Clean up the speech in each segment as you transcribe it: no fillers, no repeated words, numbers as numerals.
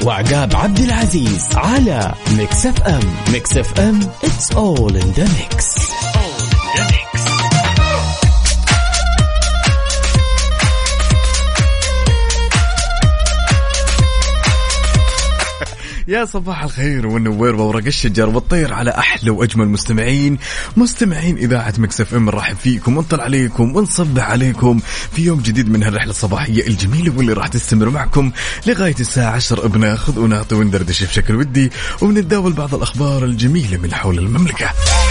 وعقاب عبد العزيز على ميكس اف ام. ميكس اف ام it's all in the mix. يا صباح الخير والنوير وورق الشجر والطير على أحلى وأجمل مستمعين إذاعة ميكس اف ام. نرحب فيكم ونطلع عليكم ونصبح عليكم في يوم جديد من هالرحلة الصباحية الجميلة واللي راح تستمر معكم لغاية الساعة 10. بناخذ ونعطي وندردش بشكل ودي ونتداول بعض الأخبار الجميلة من حول المملكة.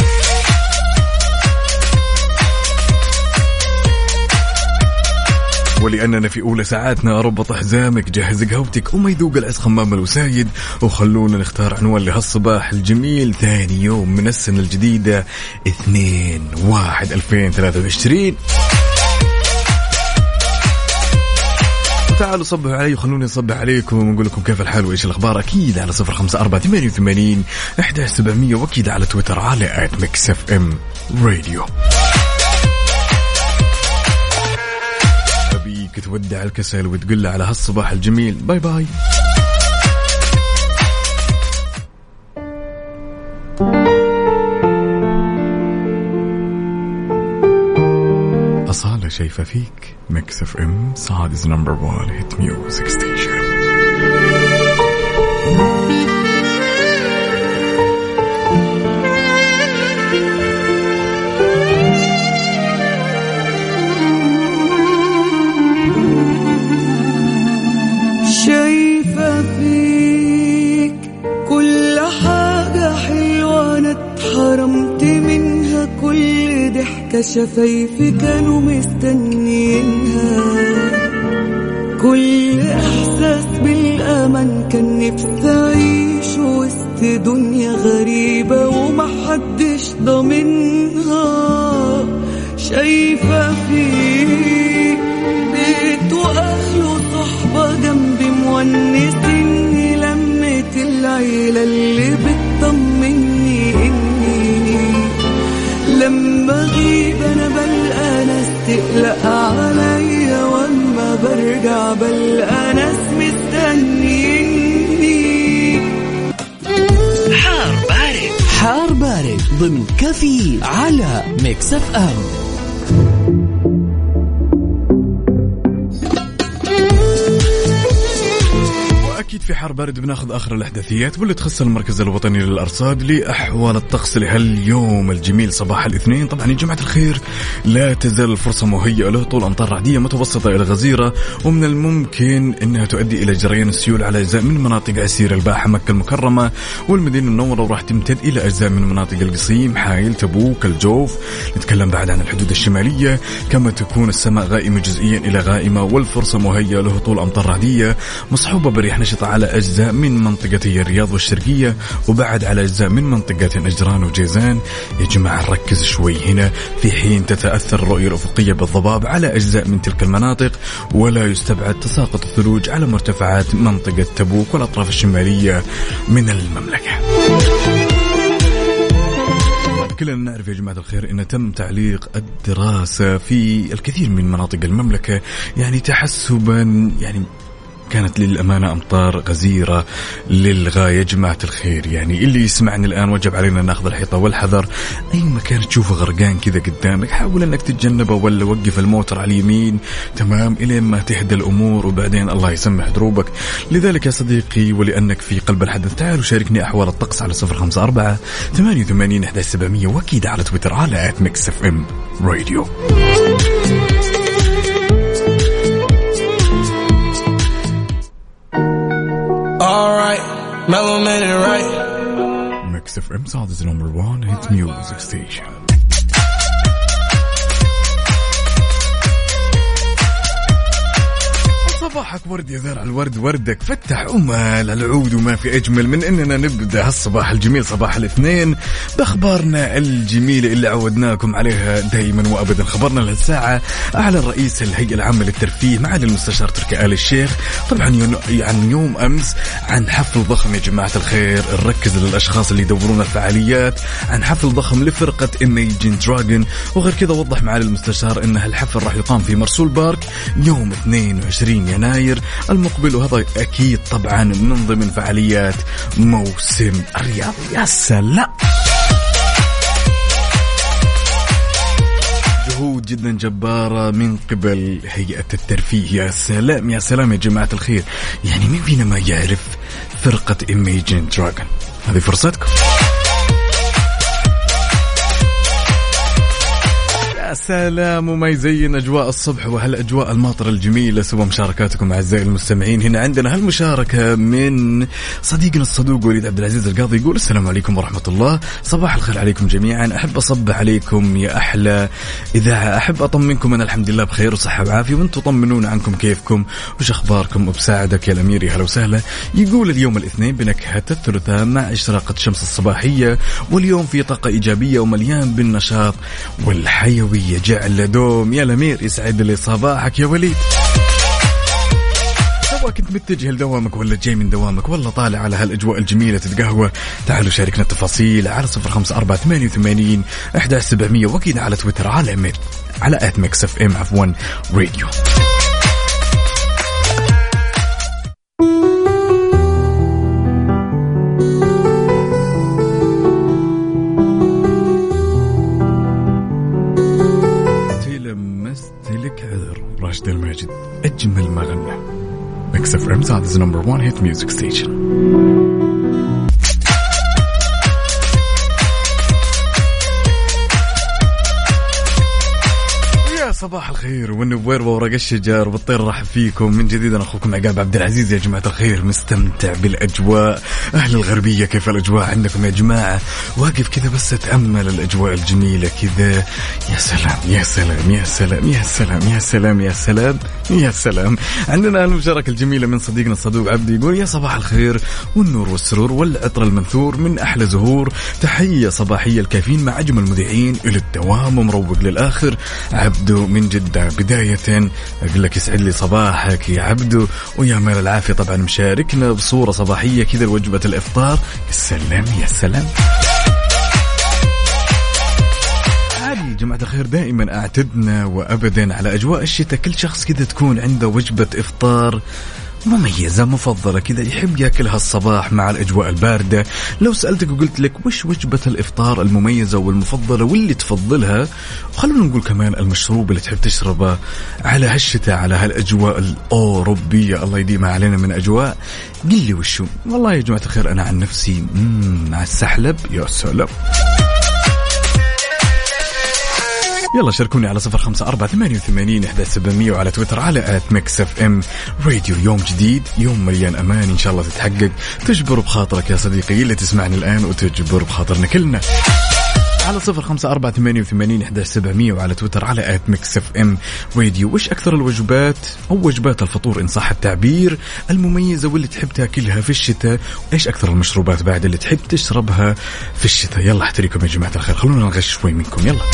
ولأننا في أولى ساعاتنا ربط حزامك جهز قهوتك وما يذوق العز خمام الوسايد وخلونا نختار عنوان لهالصباح الجميل. ثاني يوم من السنة الجديدة 2/1/2023. تعالوا صبحوا علي وخلوني نصبح عليكم ونقول لكم كيف الحال وإيش الأخبار. أكيد على 0548811700 وأكيد على تويتر على @mixfmradio. تودع الكسل وتقول له على هالصباح الجميل باي باي. أصالة شايفة فيك. ميكس اف ام سعادة نمبر 1 هيت ميوزك ستيشن. شايفة فيك كل حاجة حلوة أنا اتحرمت منها، كل ضحكة شفايفي كانوا مستنيينها، كل إحساس بالأمان كان نفسي أعيش وسط دنيا غريبة ومحدش ضامنها. شايفة فيك بيت وأهل وصحبة جنبي مونسيني، لمة العيلة اللي بتطمني إني لما غيب أنا بلقى ناس تقلق عليا، وأما برجع بلقى ناس مستنيني. حار بارد ضمن كفي على ميكس اف ام. في حار بارد بناخذ آخر الأحداثيات واللي تخص المركز الوطني للأرصاد لأحوال الطقس لهاليوم الجميل صباح الاثنين. طبعا يا جماعة الخير لا تزال الفرصة مهيئة له طول أمطار رعدية متوسطة إلى غزيرة، ومن الممكن أنها تؤدي إلى جريان السيول على أجزاء من مناطق عسير الباحة مكة المكرمة والمدينة المنورة، وراح تمتد إلى أجزاء من مناطق القصيم حائل تبوك الجوف. نتكلم بعد عن الحدود الشمالية، كما تكون السماء غائمة جزئيا إلى غائمة، والفرصة مهيئة له طول أمطار رعدية مصحوبة برياح نشطة على أجزاء من منطقتي الرياض والشرقية، وبعد على أجزاء من منطقة نجران وجيزان. يا جماعة نركز شوي هنا في حين تتأثر الرؤية الأفقية بالضباب على أجزاء من تلك المناطق، ولا يستبعد تساقط الثلوج على مرتفعات منطقة تبوك والأطراف الشمالية من المملكة. كلنا نعرف يا جماعة الخير إن تم تعليق الدراسة في الكثير من مناطق المملكة، يعني تحسبا يعني كانت للأمانة أمطار غزيرة للغاية. يا جماعة الخير يعني اللي يسمعني الآن وجب علينا ناخذ الحيطة والحذر. أي مكان تشوفه غرقان كذا قدامك حاول أنك تتجنبه، ولا وقف الموتر على اليمين تمام إلين ما تهدى الأمور وبعدين الله يسمح دروبك. لذلك يا صديقي ولأنك في قلب الحدث تعال وشاركني أحوال الطقس على 0548811700 وأكيد على تويتر على @mixfmradio. Mellow man and right. Mix FM sound is number 1 hit music station. صباحك ورد يا زرع الورد وردك فتح أمال العود، وما في أجمل من أننا نبدأ هالصباح الجميل صباح الاثنين بأخبارنا الجميلة اللي عودناكم عليها دائما وأبدا. خبرنا للساعة أعلن رئيس الهيئة العامة للترفيه معالي المستشار تركي آل الشيخ طبعا عن يوم أمس عن حفل ضخم يا جماعة الخير نركز للأشخاص اللي يدورون الفعاليات، عن حفل ضخم لفرقة Imagine Dragon. وغير كذا وضح معالي المستشار أن هالحفل راح يقام في مرسول بارك يوم 22 يناير يناير المقبل، وهذا أكيد طبعا من ضمن فعاليات موسم الرياض. يا سلام، جهود جدا جبارة من قبل هيئة الترفيه. يا سلام يا سلام يا جماعة الخير، يعني مين فينا ما يعرف فرقة Imagine Dragon؟ هذه فرصتكم. سلام، وما يزين أجواء الصبح وهالأجواء الماطرة الجميلة سوى مشاركاتكم أعزائي المستمعين. هنا عندنا هالمشاركة من صديقنا الصدوق وليد عبد العزيز القاضي، يقول السلام عليكم ورحمة الله، صباح الخير عليكم جميعا، أحب أصبح عليكم يا أحلى إذاعة، أحب أطمنكم أنا الحمد لله بخير وصحة وعافية، وأنتم طمنون عنكم كيفكم وش أخباركم وبساعدك يا الأمير، يا هلا وسهلا. يقول اليوم الاثنين بنكهة الثلاثاء مع إشراقة الشمس الصباحية، واليوم في طاقة إيجابية ومليان بالنشاط والحيوية، جعل دوم يا الأمير، يسعد لي صباحك يا وليد. سواء كنت متجه لدوامك ولا جاي من دوامك ولا طالع على هالأجواء الجميلة تتقهوى، تعالوا شاركنا التفاصيل على 0548811700، وأكيد على تويتر على @mixfm راديو. راشد الماجد أجمل ما غنى. Mix FM Saudi's number one hit music station. صباح الخير والنوير وورق الشجر والطير، رحب فيكم من جديد. أنا أخوكم عقاب عبد العزيز. يا جماعة الخير، مستمتع بالأجواء. أهل الغربية كيف الأجواء عندكم يا جماعة؟ واقف كذا بس أتأمل الأجواء الجميلة كذا. يا سلام يا سلام يا سلام يا سلام يا سلام يا سلام يا سلام. عندنا المشاركة الجميلة من صديقنا الصدوق عبدي، يقول يا صباح الخير والنور والسرور والعطر المنثور من أحلى زهور، تحية صباحية الكافيين مع أجمل مذيعين إلى الدوام ومروق للآخر. عبدو من جدة. بداية أقول لك يسعد لي صباحك يا عبدو ويا مال العافية، طبعا مشاركنا بصورة صباحية كذا لوجبة الإفطار. السلام يا سلام. يا جماعة الخير، دائما أعتدنا وأبدا على أجواء الشتاء، كل شخص كذا تكون عنده وجبة إفطار مميزة مفضلة كذا يحب يأكلها الصباح مع الأجواء الباردة. لو سألتك وقلت لك وش وجبة الإفطار المميزة والمفضلة واللي تفضلها، خلونا نقول كمان المشروب اللي تحب تشربه على هالشتاء على هالأجواء الأوروبية الله يديمها علينا من أجواء، قل لي وشو. والله يا جماعة الخير أنا عن نفسي مع السحلب. يا سلام. يلا شاركوني على 0548811700 وعلى تويتر على @mixfm راديو. يوم جديد، يوم مليان أمان إن شاء الله تتحقق. تجبر بخاطرك يا صديقي اللي تسمعني الآن، وتجبر بخاطرنا كلنا على 0548811700 وعلى تويتر على @mixfm راديو. وش أكثر الوجبات أو وجبات الفطور إن صح التعبير المميزة واللي تحب تاكلها في الشتاء؟ وإيش أكثر المشروبات بعد اللي تحب تشربها في الشتاء؟ يلا احتريكم يا جماعة الخير، خلونا نغش شوي منكم. يلا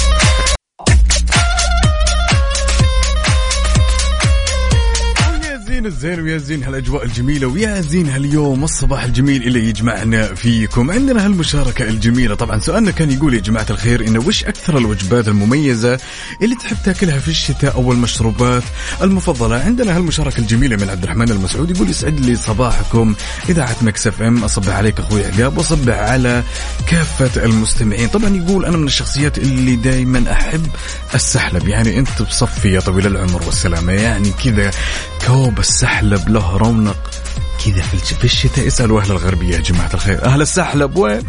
الزين ويا زين هالأجواء الجميلة، ويا زين هاليوم الصباح الجميل اللي يجمعنا فيكم. عندنا هالمشاركة الجميلة. طبعا سؤالنا كان يقول يا جماعة الخير إنه وش أكثر الوجبات المميزة اللي تحب تاكلها في الشتاء أو المشروبات المفضلة. عندنا هالمشاركة الجميلة من عبد الرحمن المسعود، يقول يسعد لي صباحكم إذاعة ميكس اف ام، أصبح عليك أخوي عقاب وأصبح على كافة المستمعين. طبعا يقول أنا من الشخصيات اللي دايما أحب السحلب، يعني أنت بصفي يا طويل العمر والسلامة، يعني كذا كوب السحلب له رونق كذا في الشتاء. اسألوا أهل الغربية يا جماعة الخير، أهل السحلب وين؟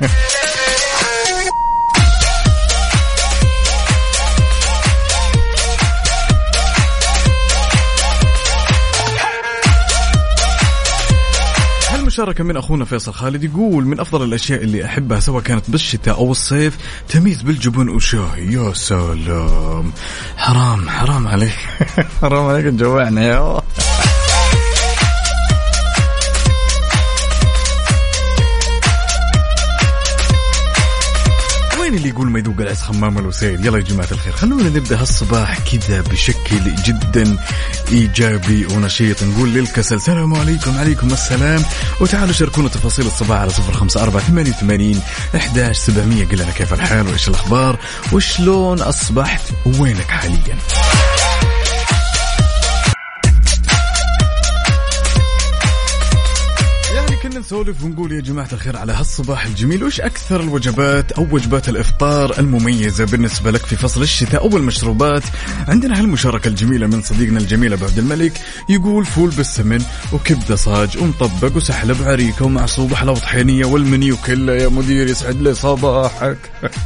مشاركة من أخونا فيصل خالد، يقول من أفضل الأشياء اللي أحبها سواء كانت بالشتاء أو الصيف تميز بالجبن وشاي. يا سلام، حرام عليك حرام عليك نجوعنا يا اللي يقول ما يذوق العز خمام الوسيد. يلا يا جماعة الخير، خلونا نبدأ هالصباح كذا بشكل جدا إيجابي ونشيط. نقول للكسل سلام عليكم. عليكم السلام. وتعالوا شاركونا تفاصيل الصباح على 0548811700. قل لنا كيف الحال وإيش الأخبار وشلون أصبحت ووينك حاليا. خلنا نسولف ونقول يا جماعة الخير على هالصباح الجميل، وش أكثر الوجبات أو وجبات الإفطار المميزة بالنسبة لك في فصل الشتاء أو المشروبات؟ عندنا هالمشاركة الجميلة من صديقنا الجميل أبو عبد الملك، يقول فول بالسمن وكبدة صاج ومطبق وسحلب عريكة ومعصوب وحلاوة طحينية والمنيو كله يا مدير يسعد لي صباحك.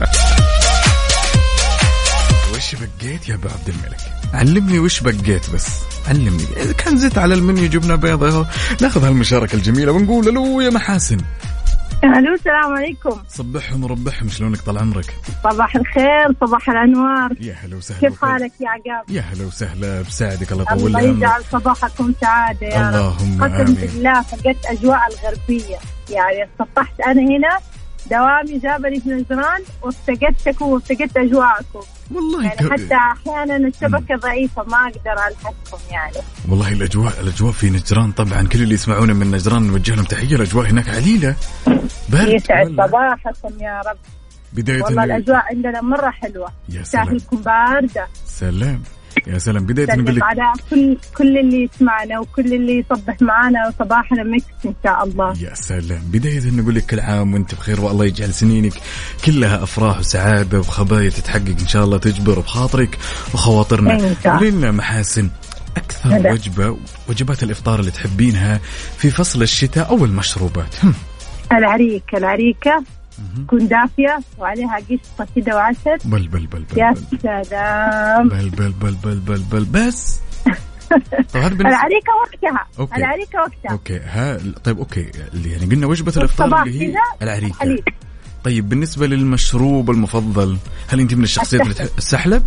وش بقيت يا أبو عبد الملك؟ علمني وش بقيت بس، علمني. إذا كان زدت على المنيو جبنة بيضة. ناخذ هالمشاركة الجميلة ونقول له يا محاسن. الو السلام عليكم. صبحهم وربحهم، شلونك طال عمرك؟ صباح الخير، صباح الانوار. يا هلا وسهلا. كيف حالك يا عقاب؟ يا هلا وسهلا، بساعدك الله يطول عمرك. الله يجعل صباحكم سعاده يا رب. اللهم امين. قسم بالله فقدت اجواء الغربيه، يعني استطحت انا هنا دوامي جابني في نجران وافتقدتكم وافتقدت اجواءكم والله يعني حتى احيانا الشبكه ضعيفه ما اقدر الحقكم يعني. والله الاجواء في نجران طبعا، كل اللي يسمعونا من نجران نوجه لهم تحيه. الاجواء هناك عليله، برد. يسعد صباحكم يا رب. بدايه والله الاجواء عندنا مره حلوه، ساحلكم بارده. سلام يا سلام. بداية نقول لك على كل اللي يسمعنا وكل اللي يصبح معنا صباحنا ميكس إن شاء الله. يا سلام. بداية نقول لك كل عام وانت بخير، والله يجعل سنينك كلها أفراح وسعادة وخبايا تتحقق إن شاء الله، تجبر بخاطرك وخواطرنا. قولنا محاسن، أكثر وجبات الإفطار اللي تحبينها في فصل الشتاء أو المشروبات؟ العريكة تكون دافية وعليها قشطة كده وعسل. بل يا سلام. بل بس. العريكة وقتها. العريكة وقتها. اوكي طيب اوكي، اللي يعني قلنا وجبة الافطار اللي هي العريكة. طيب بالنسبة للمشروب المفضل، هل انت من الشخصيات اللي السحلب؟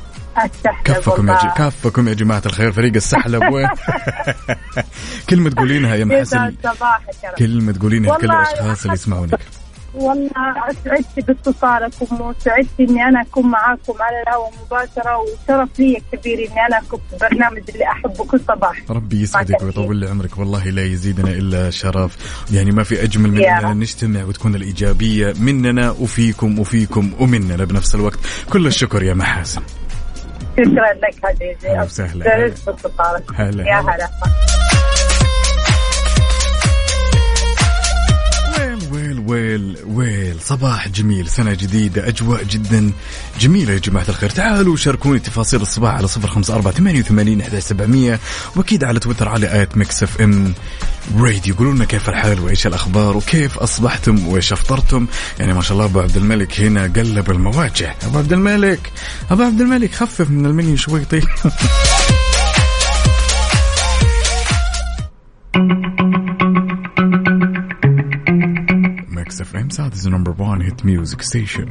كفكم يا جماعة الخير، فريق السحلب وين؟ كلمة تقولينها يا محسن، كلمة تقولينها لكل الأشخاص اللي يسمعونك. والله سعدت باتصالكم وسعدت إني أنا أكون معاكم على الهواء مباشرة، وشرف لي كبير إني أنا أكون في البرنامج اللي أحبه كل صباح. ربي يسعدك ويطول لي عمرك، والله لا يزيدنا إلا شرف. يعني ما في أجمل من أن نجتمع وتكون الإيجابية مننا وفيكم ومننا بنفس الوقت. كل الشكر يا محاسن. شكرا لك حبيبي. أهلا وسهلا. هلا يا هلا. ويل صباح جميل، سنة جديدة، أجواء جدا جميلة يا جماعة الخير. تعالوا شاركوني تفاصيل الصباح على 0548811700، وأكيد على تويتر على @mixfm راديو. يقولوا لنا كيف الحال وإيش الأخبار وكيف أصبحتم وإيش أفطرتم. يعني ما شاء الله أبو عبد الملك هنا قلب المواجع. أبو عبد الملك خفف من المنيو شوي طيب. FM South's number one hit music station.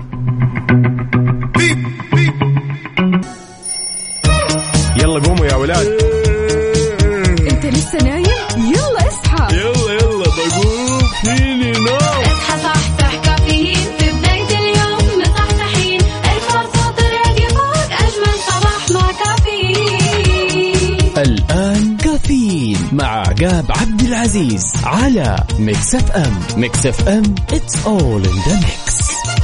يلا قوموا يا ولاد. انت لسه نايم؟ يلا اصحى. يلا بقوم فيني نوم. اصحى صحصح كافيين في بداية اليوم مصحصحين، الفرصة تراقي فوق أجمل صباح مع كافيين. الآن كافيين مع عقاب عبد العزيز على ميكس اف ام. ميكس اف ام it's all in the mix.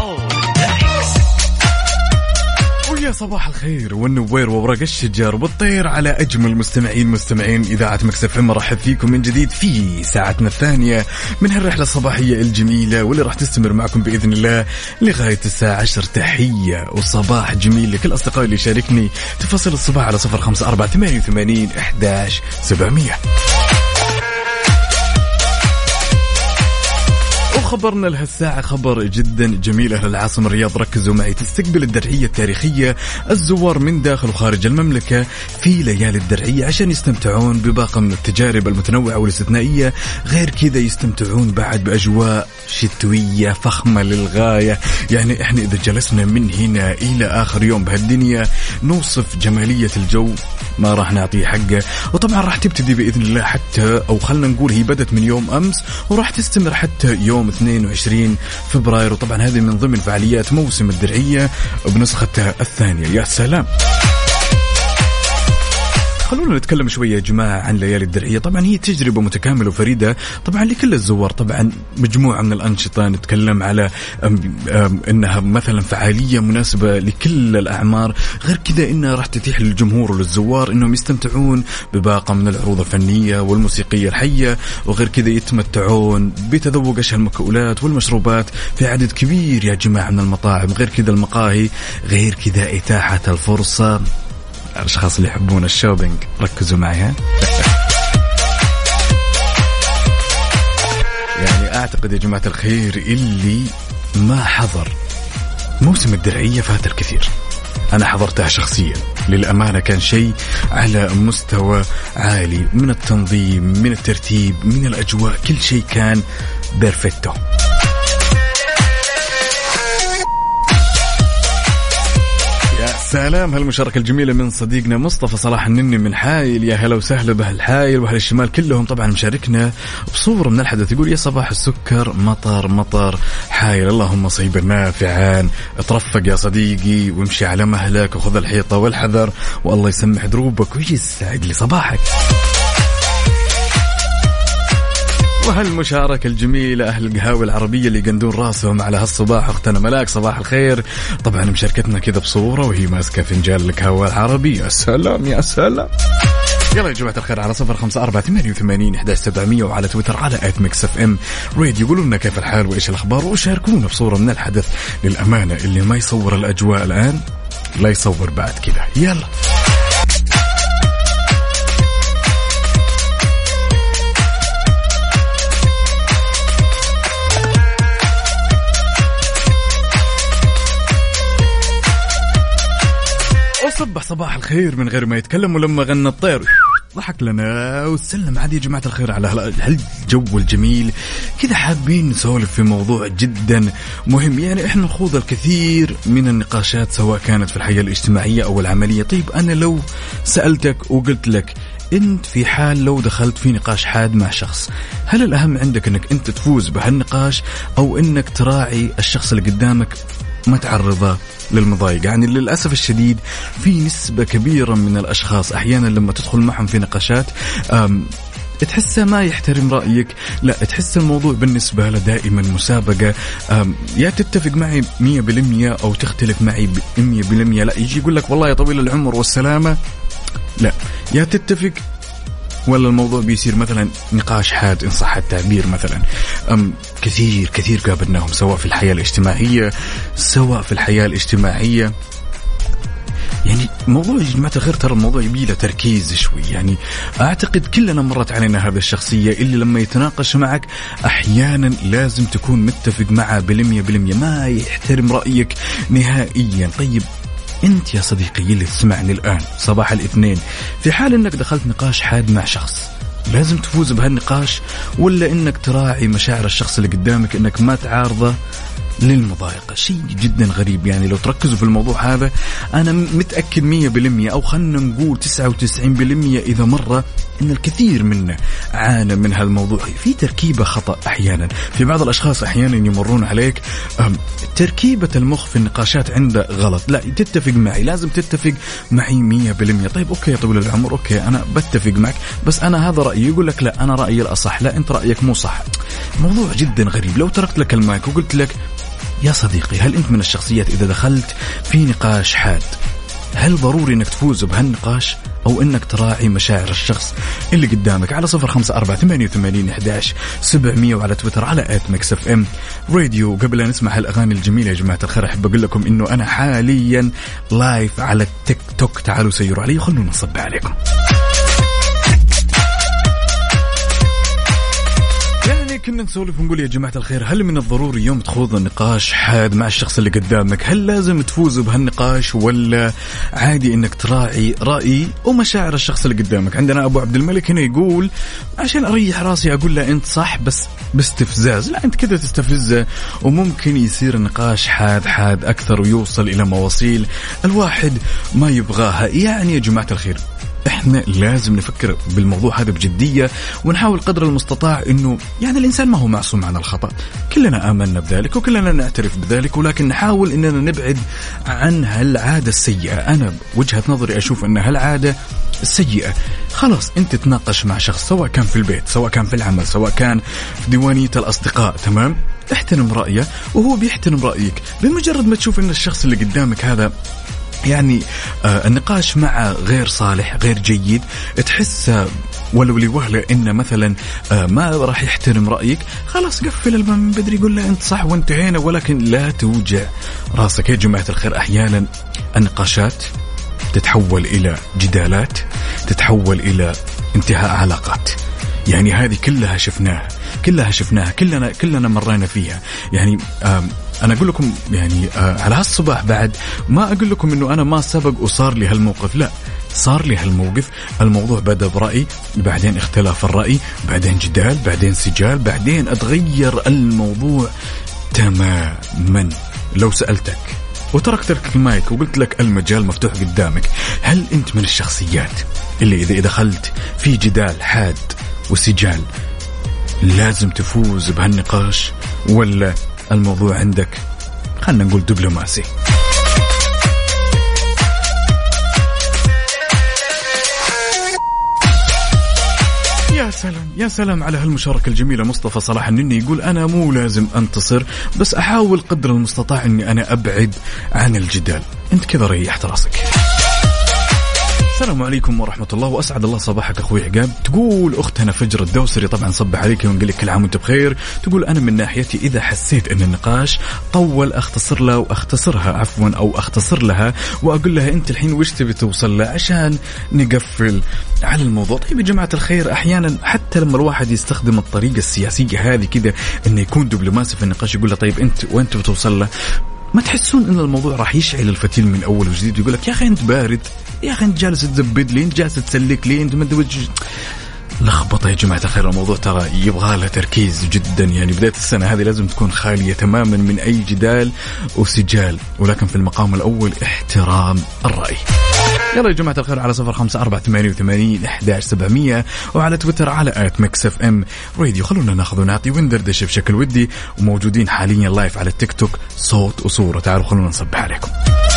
ويا صباح الخير والنوير وورق الشجر والطير على أجمل مستمعين إذاعة ميكس اف ام. مرحب فيكم من جديد في ساعتنا الثانية من هالرحلة الصباحية الجميلة واللي راح تستمر معكم بإذن الله لغاية الساعة 10. تحية وصباح جميل لكل أصدقائي اللي شاركني تفاصيل الصباح على 0548811700. وخبرنا لهالساعة خبر جدا جميل. أهل العاصمة الرياض ركزوا معي، تستقبل الدرعية التاريخية الزوار من داخل وخارج المملكة في ليالي الدرعية عشان يستمتعون بباقة من التجارب المتنوعة والاستثنائية. غير كذا يستمتعون بعد بأجواء شتوية فخمة للغاية. يعني احنا إذا جلسنا من هنا إلى آخر يوم بهالدنيا نوصف جمالية الجو ما راح نعطيه حقه. وطبعا راح تبتدي بإذن الله حتى، أو خلنا نقول هي بدت من يوم أمس وراح تستمر حتى يوم 22 فبراير. وطبعا هذه من ضمن فعاليات موسم الدرعية بنسختها الثانية. يا سلام. خلونا نتكلم شوية يا جماعة عن ليالي الدرعية. طبعا هي تجربة متكاملة وفريدة طبعا لكل الزوار، طبعا مجموعة من الأنشطة نتكلم على إنها مثلا فعالية مناسبة لكل الأعمار، غير كذا إنها راح تتيح للجمهور وللزوار إنهم يستمتعون بباقة من العروض الفنية والموسيقية الحية، وغير كذا يتمتعون بتذوق أشهى المأكولات والمشروبات في عدد كبير يا جماعة من المطاعم، غير كذا المقاهي، غير كذا إتاحة الفرصة. الأشخاص اللي يحبون الشوبينج ركزوا معي ها. يعني أعتقد يا جماعة الخير اللي ما حضر موسم الدرعية فات الكثير. أنا حضرتها شخصيا للأمانة، كان شيء على مستوى عالي من التنظيم، من الترتيب، من الأجواء، كل شيء كان بيرفكتو. سلام هالمشاركة الجميلة من صديقنا مصطفى صلاح النني من حايل. يا هلا وسهلا بهالحايل وأهل الشمال كلهم. طبعا مشاركنا بصورة من الحدث، يقول يا صباح السكر، مطر مطر حايل، اللهم صيبا نافعا. اترفق يا صديقي وامشي على مهلك وخذ الحيطة والحذر، والله يسمح دروبك ويسعد لي صباحك. وهالمشاركة الجميلة أهل القهاوي العربية اللي يقندون راسهم على هالصباح. أختنا ملاك صباح الخير، طبعا مشاركتنا كذا بصورة وهي ماسكة فنجان القهوة العربية. يا سلام يا سلام. يلا يا جماعة الخير على 0548811700 وعلى تويتر على @mixfm راديو. يقولوا لنا كيف الحال وإيش الأخبار وشاركونا بصورة من الحدث. للأمانة اللي ما يصور الأجواء الآن لا يصور بعد كذا. يلا صبح صباح الخير من غير ما يتكلم، ولما غنى الطير ضحك لنا وسلم عادي. يا جماعة الخير على هالجو الجميل كذا، حابين نسولف في موضوع جدا مهم. يعني احنا نخوض الكثير من النقاشات سواء كانت في الحياة الاجتماعية أو العملية. طيب أنا لو سألتك وقلت لك انت في حال لو دخلت في نقاش حاد مع شخص، هل الأهم عندك انك انت تفوز بهالنقاش او انك تراعي الشخص اللي قدامك ما تعرضه للمضايق؟ يعني للأسف الشديد في نسبة كبيرة من الأشخاص أحيانا لما تدخل معهم في نقاشات تحسه ما يحترم رأيك، لا تحس الموضوع بالنسبة له دائما مسابقة. يا تتفق معي 100% أو تختلف معي 100%، لا يجي يقول لك والله يا طويل العمر والسلامة، لا يا تتفق ولا الموضوع بيصير مثلا نقاش حاد إن صح التعبير. مثلا كثير قابلناهم سواء في الحياة الاجتماعية يعني موضوع يا جماعة الخير ترى الموضوع يبيله تركيز شوي. يعني أعتقد كلنا مرت علينا هذا الشخصية اللي لما يتناقش معك أحيانا لازم تكون متفق معه 100%، ما يحترم رأيك نهائيا. طيب أنت يا صديقي اللي تسمعني الآن صباح الاثنين، في حال أنك دخلت نقاش حاد مع شخص، لازم تفوز بهالنقاش ولا أنك تراعي مشاعر الشخص اللي قدامك أنك ما تعارضه للمضايقة؟ شيء جدا غريب. يعني لو تركزوا في الموضوع هذا أنا متأكد 100% أو خلنا نقول 99% إذا مرة إن الكثير منا عانى من هالموضوع. في تركيبة خطأ أحيانا في بعض الأشخاص، أحيانا يمرون عليك تركيبة المخ في النقاشات عنده غلط. لا تتفق معي، لازم تتفق معي 100%. طيب أوكي يا طويل العمر، أوكي أنا بتفق معك بس أنا هذا رأيي. يقول لك لا أنا رأيي الأصح، لا أنت رأيك مو صح. موضوع جدا غريب. لو تركت لك المايك وقلت لك يا صديقي هل أنت من الشخصيات إذا دخلت في نقاش حاد هل ضروري أنك تفوز بهالنقاش أو أنك تراعي مشاعر الشخص اللي قدامك؟ على 0548811700 وعلى تويتر على @mixfm راديو. قبل أن نسمع هالأغاني الجميلة يا جماعة الخير أحب أقول لكم إنه أنا حاليا لايف على التيك توك، تعالوا سيروا علي وخلونا نصب عليكم. كنا نسولف ونقول يا جماعة الخير هل من الضروري يوم تخوض النقاش حاد مع الشخص اللي قدامك هل لازم تفوز بهالنقاش ولا عادي انك تراعي رأي ومشاعر الشخص اللي قدامك؟ عندنا ابو عبد الملك هنا يقول عشان اريح راسي اقول له انت صح بس باستفزاز. لا انت كده تستفزه وممكن يصير النقاش حاد اكثر ويوصل الى مواصيل الواحد ما يبغاها. يعني يا جماعة الخير احنا لازم نفكر بالموضوع هذا بجدية، ونحاول قدر المستطاع انه يعني الانسان ما هو معصوم عن الخطأ، كلنا آمنا بذلك وكلنا نعترف بذلك، ولكن نحاول اننا نبعد عن هالعادة السيئة. انا وجهة نظري اشوف ان هالعادة السيئة خلاص انت تناقش مع شخص، سواء كان في البيت، سواء كان في العمل، سواء كان في ديوانية الأصدقاء، تمام؟ احترم رأيه وهو بيحترم رأيك. بمجرد ما تشوف ان الشخص اللي قدامك هذا يعني النقاش معه غير صالح غير جيد، تحس ولو لوهلة إنه مثلا ما راح يحترم رأيك، خلاص قفل الباب من بدري، يقول له أنت صح وانتهينا، ولكن لا توجع راسك. يا جماعة الخير أحيانا النقاشات تتحول إلى جدالات، تتحول إلى انتهاء علاقات. يعني هذه كلها شفناها كلنا مرينا فيها. يعني أنا أقول لكم يعني على هالصباح بعد ما أقول لكم إنه أنا ما سبق وصار لي هالموقف، لا، صار لي هالموقف. الموضوع بدأ برأي، بعدين اختلاف الرأي، بعدين جدال، بعدين سجال، بعدين أتغير الموضوع تماما. لو سألتك وتركت لك المايك وقلت لك المجال مفتوح قدامك، هل أنت من الشخصيات اللي إذا دخلت في جدال حاد وسجال لازم تفوز بهالنقاش، ولا الموضوع عندك خلنا نقول دبلوماسي؟ يا سلام على هالمشاركة الجميلة. مصطفى صلاح النني يقول أنا مو لازم أنتصر، بس أحاول قدر المستطاع أني أنا أبعد عن الجدال. أنت كذا ريحت راسك. السلام عليكم ورحمة الله، وأسعد الله صباحك أخوي عقاب. تقول أختنا فجر الدوسري، طبعا صبح عليك ونقول لك كل عام وأنت بخير. تقول أنا من ناحيتي إذا حسيت أن النقاش طول أختصر له وأختصرها عفوا أو أختصر لها وأقول لها أنت الحين وش تبي توصل له عشان نقفل على الموضوع. طيب يا جماعة الخير، أحيانا حتى لما الواحد يستخدم الطريقة السياسية هذه كذا إنه يكون دبلوماسي في النقاش، يقول له طيب أنت وأنت بتوصل له، ما تحسون إن الموضوع راح يشعل الفتيل من أول وجديد؟ يقول لك يا أخي أنت بارد، يا أخي أنت جالس تزبد لي، أنت جالس تسلك لي، أنت ما أدري لخبطة. يا جماعة الخير الموضوع ترى يبغى له تركيز جدا. يعني بداية السنة هذه لازم تكون خالية تماما من أي جدال وسجال، ولكن في المقام الأول احترام الرأي. يلا يا جماعة الخير على 0548811700 وعلى تويتر على @mixfmradio. خلونا ناخذ ونعطي وندردش بشكل ودي، وموجودين حاليا لايف على التيك توك صوت وصورة. تعالوا خلونا نصبح عليكم.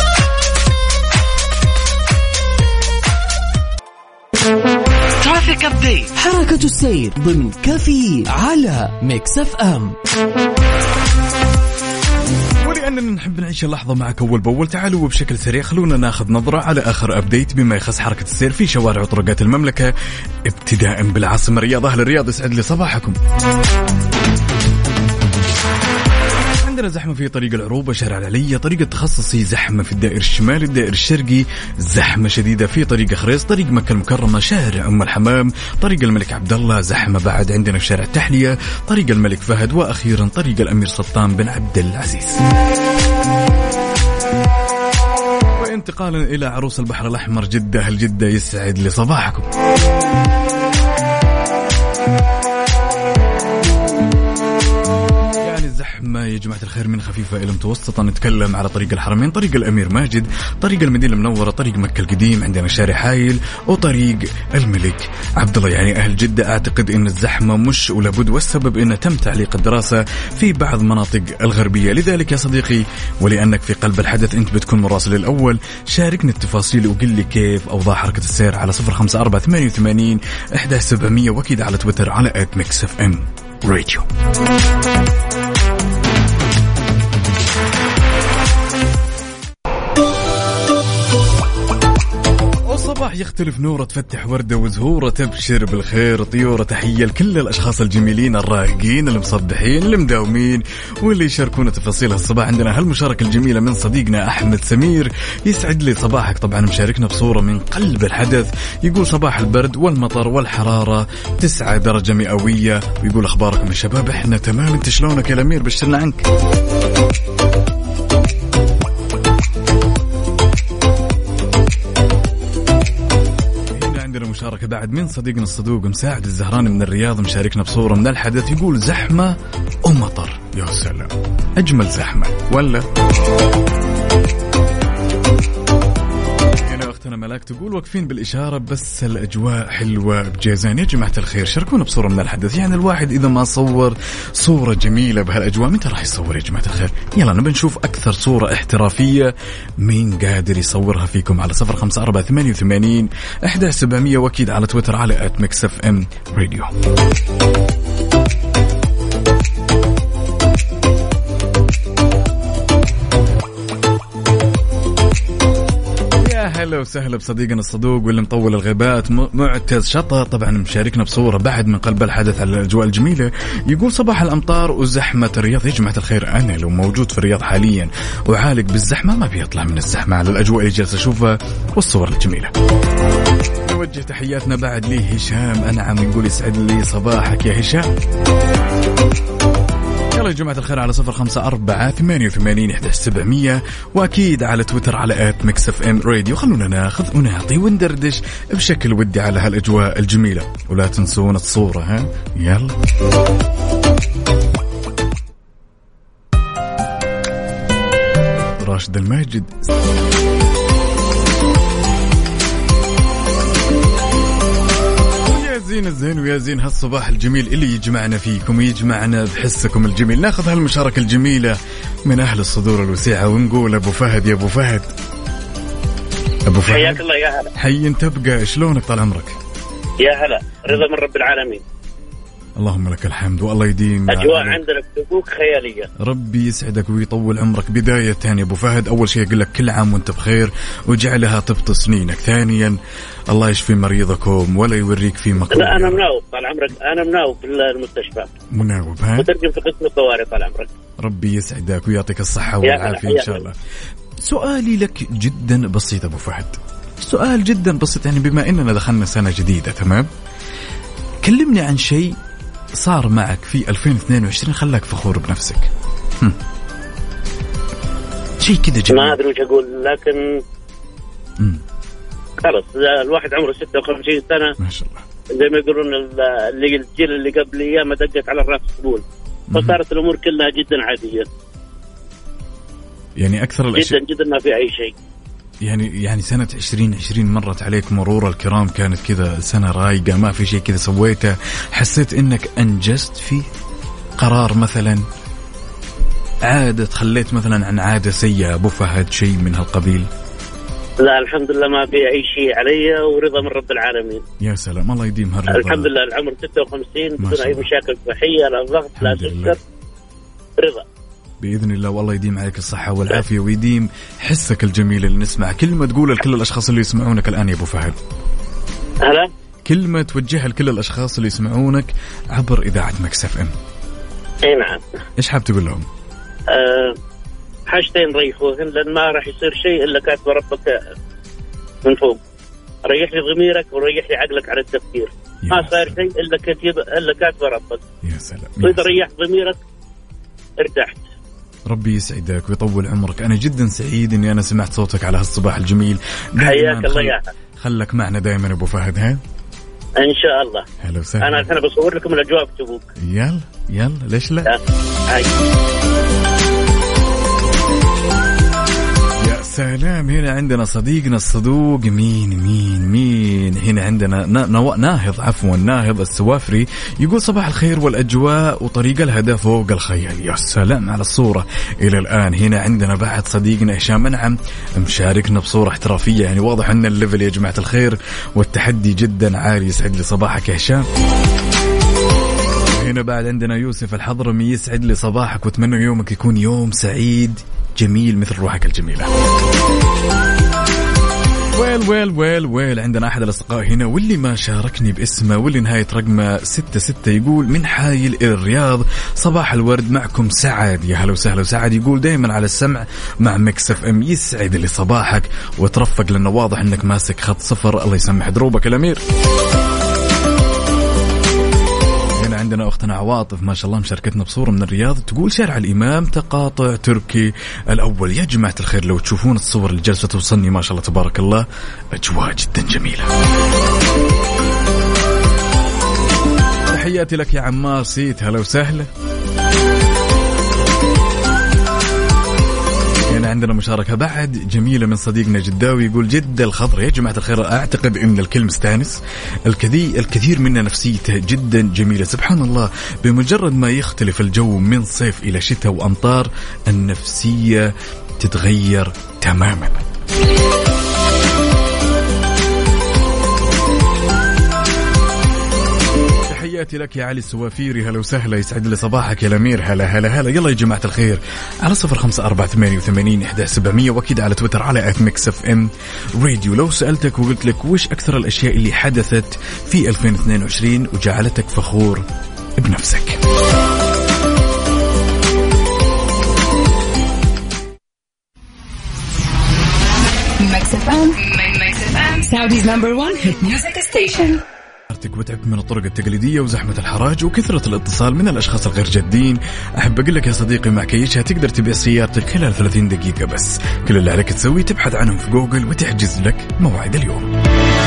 ترافيك أبديت، حركة السير ضمن كافيين على ميكس اف ام. ولأننا نحب نعيش اللحظة معك أول بأول، تعالوا بشكل سريع خلونا ناخذ نظرة على آخر أبديت بما يخص حركة السير في شوارع وطرقات المملكة، ابتداء بالعاصمة الرياض. أهل الرياض يسعد لي صباحكم. عندنا زحمة في طريق العروبة، شارع العلية، طريق التخصصي زحمة في الدائر الشمالي، الدائر الشرقي زحمة شديدة في طريق خريص، طريق مكة المكرمة، شارع أم الحمام، طريق الملك عبد الله زحمة بعد عندنا في شارع التحلية، طريق الملك فهد، وأخيرا طريق الأمير سلطان بن عبد العزيز. وانتقالا إلى عروس البحر الأحمر جدة، أهل جدة يسعد لي صباحكم. زحمة يا جماعة الخير من خفيفة إلى متوسطة. نتكلم على طريق الحرمين، طريق الأمير ماجد، طريق المدينة المنورة، طريق مكة القديم، عندنا شارع حايل، وطريق الملك عبد الله. يعني أهل جدة أعتقد أن الزحمة مش ولابد، والسبب أنه تم تعليق الدراسة في بعض مناطق الغربية. لذلك يا صديقي، ولأنك في قلب الحدث أنت بتكون مراسل الأول، شاركني التفاصيل وقل لي كيف أوضاع حركة السير على 0548811700 وأكيد على تويتر على @mixfmradio. صباح يختلف نوره، تفتح وردة وزهورة، تبشر بالخير طيورة. تحية لكل الأشخاص الجميلين الراقين المصبحين المداومين واللي يشاركونا تفاصيل هالصباح. عندنا هالمشاركة الجميلة من صديقنا أحمد سمير، يسعد لي صباحك. طبعا مشاركنا بصورة من قلب الحدث، يقول صباح البرد والمطر والحرارة 9 درجة مئوية، ويقول أخباركم يا شباب؟ إحنا تمام، انت شلونك يا الأمير؟ بشرنا عنك. مشاركة بعد من صديقنا الصدوق مساعد الزهراني من الرياض، مشاركنا بصورة من الحدث، يقول زحمة ومطر. يا سلام، أجمل زحمة ولا؟ هنا أختنا الملاك تقول واقفين بالإشارة بس الأجواء حلوة بجيزان. يا جماعة الخير شاركونا بصورة من الحدث. يعني الواحد إذا ما صور صورة جميلة بهالأجواء متى راح يصور يا جماعة الخير؟ يلا نبي نشوف أكثر صورة احترافية مين قادر يصورها فيكم على 0548811700 وأكيد على تويتر على @mixfmradio. هلا وسهلا بصديقنا الصدوق واللي مطول الغيبات معتز شطة، طبعا مشاركنا بصورة بعد من قلب الحدث على الأجواء الجميلة. يقول صباح الأمطار وزحمة الرياض. يا جماعة الخير أنا لو موجود في الرياض حاليا وعالق بالزحمة ما بيطلع من الزحمة على الأجواء اللي جالس أشوفها والصور الجميلة. نوجه تحياتنا بعد لي هشام أنعم يقول يسعد لي صباحك يا هشام. يلا يا جماعة الخير على 0548811700 وأكيد على تويتر على @mixfmradio. خلونا ناخذ ونعطي وندردش بشكل ودي على هالأجواء الجميلة، ولا تنسون الصورة. ها يلا راشد الماجد. زين الزين ويا زين هالصباح الجميل اللي يجمعنا فيكم ويجمعنا بحسكم الجميل. ناخذ هالمشاركة الجميلة من أهل الصدور الوسيعة ونقول أبو فهد يا أبو فهد. أبو فهد حياك الله يا هلا. حي تبقى، شلونك طال عمرك؟ يا هلا، رضا من رب العالمين. اللهم لك الحمد والله يديم. أجواء عندنا بتبوك خيالية. ربي يسعدك ويطول عمرك. بداية يا أبو فهد أول شيء أقول لك كل عام وأنت بخير وجعلها طبط سنينك. ثانيا الله يشفي مريضكم ولا يوريك في مكروه. لا أنا مناوب طال عمرك، أنا مناوب في المستشفى. مناوب ها؟ مترجم في قسم الطوارئ طال عمرك. ربي يسعدك ويعطيك الصحة والعافية إن شاء الله. سؤالي لك جدا بسيط أبو فهد، سؤال جدا بسيط. يعني بما أننا دخلنا سنة جديدة تمام، كلمني عن شيء صار معك في 2022 خلاك فخور بنفسك. شيء كده جميل. ما أدري وش أقول لكن خلاص الواحد عمره 56 سنة ما شاء الله. زي ما يقولون اللي الجيل اللي قبل أيام دقت على الرأس سبول، فصارت الأمور كلها جدا عادية. يعني أكثر الأشياء جدا ما في أي شيء. يعني سنة 2020 مرت عليك مرور الكرام، كانت كذا سنة رايقة ما في شيء كذا سويته حسيت إنك أنجزت فيه قرار مثلا، عادة تخليت مثلا عن عادة سيئة أبو فهد، شيء من هالقبيل؟ لا الحمد لله ما في أي شيء علي ورضا من رب العالمين. يا سلام الله يديم هالرضا. الحمد لله العمر 56 بدون أي مشاكل صحية، لا ضغط لا سكر، رضا بإذن الله. والله يديم عليك الصحة والعافية ويديم حسك الجميل اللي نسمع. كلمة تقولها لكل الأشخاص اللي يسمعونك الآن يا أبو فهد. هلا. كلمة توجهها لكل الأشخاص اللي يسمعونك عبر إذاعة مكس اف ام. اي نعم. إيش حاب تقول لهم؟ حاجتين ريحوهن، لأن ما راح يصير شيء إلا كاتب ربك من فوق. ريح لي ضميرك وريح لي عقلك على التفكير. ما صار شيء إلا كاتب ربك. يا سلام. وإذا ريحت ضميرك ارتحت. ربي يسعدك ويطول عمرك. أنا جدا سعيد إني أنا سمعت صوتك على هالصباح الجميل. حياك الله يا خلك معنا دائما أبو فهد. ها إن شاء الله. هلا وسهلا. أنا الحين بصور لكم الأجواء في تبوك. يلا ليش لا. يا سلام. هنا عندنا صديقنا الصدوق مين هنا عندنا ناهض السوافري يقول صباح الخير والأجواء وطريق الهدى فوق الخيال. يا سلام على الصورة إلى الآن. هنا عندنا بعد صديقنا هشام أنعم مشاركنا بصورة احترافية، يعني واضح أن الليفل يا جماعة الخير والتحدي جدا عالي. يسعد لي صباحك يا هشام. هنا بعد عندنا يوسف الحضرمي يسعد لي صباحك واتمنى يومك يكون يوم سعيد جميل مثل روحك الجميلة. ويل عندنا أحد الأصدقاء هنا واللي ما شاركني باسمه واللي نهاية رقمه 66 يقول من حايل إلى الرياض صباح الورد معكم سعد. يا هلا وسهلا. وسعد يقول دايما على السمع مع مكس اف ام. يسعد لي صباحك وترفق لأنه واضح أنك ماسك خط صفر. الله يسمح دروبك الأمير. عندنا أختنا عواطف ما شاء الله مشاركتنا بصورة من الرياض تقول شارع الإمام تقاطع تركي الأول. يا جماعة الخير لو تشوفون الصور اللي جالسة توصلني ما شاء الله تبارك الله أجواء جدا جميلة. تحياتي لك يا عمار سيت. هلا وسهلا. هنا عندنا مشاركة بعد جميلة من صديقنا جداوي، يقول جدة الخضر. يا جماعة الخير، أعتقد أن الكل مستانس، الكثير منا نفسيته جدا جميلة. سبحان الله، بمجرد ما يختلف الجو من صيف إلى شتاء وأمطار النفسية تتغير تماما. تحياتي لك يا علي السوافيري، هلا وسهلا، يسعد لي صباحك يا الأمير. هلا هلا هلا. يلا يا جماعة الخير، على 0548811700 وأكيد على تويتر على @mixfm راديو. لو سألتك وقلت لك وش أكثر الأشياء اللي حدثت في 2022 وجعلتك فخور بنفسك؟ Saudi's number one hit music station. وتعبت من الطرق التقليدية وزحمة الحراج وكثرة الاتصال من الأشخاص الغير جادين. أحب أقول لك يا صديقي، مع كيشها تقدر تبيع سيارتك خلال 30 دقيقة بس. كل اللي عليك تسوي تبحث عنهم في جوجل وتحجز لك موعد اليوم.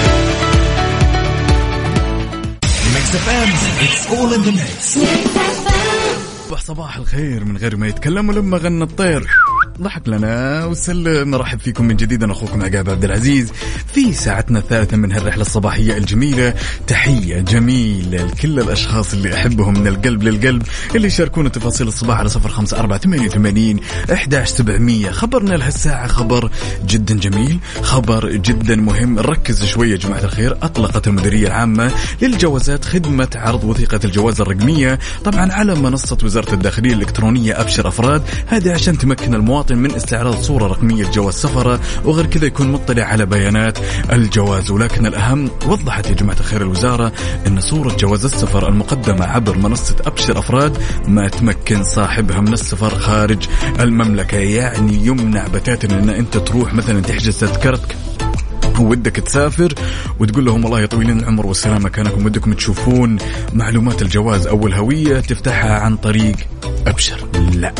صباح الخير من غير ما يتكلم، ولما غنى الطير ضحك لنا وسلم. مرحب فيكم من جديد، أنا أخوكم عقاب عبد العزيز في ساعتنا الثالثة من هالرحلة الصباحية الجميلة. تحية جميلة لكل الأشخاص اللي أحبهم من القلب للقلب، اللي يشاركون تفاصيل الصباح على 0548811700. خبرنا لهالساعة خبر جدا جميل، خبر جدا مهم. نركز شوية يا جماعة الخير. أطلقت المديرية العامة للجوازات خدمة عرض وثيقة الجواز الرقمية، طبعا على منصة وزارة الداخلية الإلكترونية أبشر أفراد. هذا عشان تمكن المواطن من استعراض صورة رقمية جواز سفره، وغير كذا يكون مطلع على بيانات الجواز. ولكن الأهم، وضحت يا جماعة الخير الوزارة أن صورة جواز السفر المقدمة عبر منصة أبشر أفراد ما تمكن صاحبها من السفر خارج المملكة. يعني يمنع بتاتا أن أنت تروح مثلا تحجز تذكرتك ودك تسافر وتقول لهم والله يا طويلين العمر والسلامة كانكم ودكم تشوفون معلومات الجواز أو الهوية تفتحها عن طريق أبشر. لا،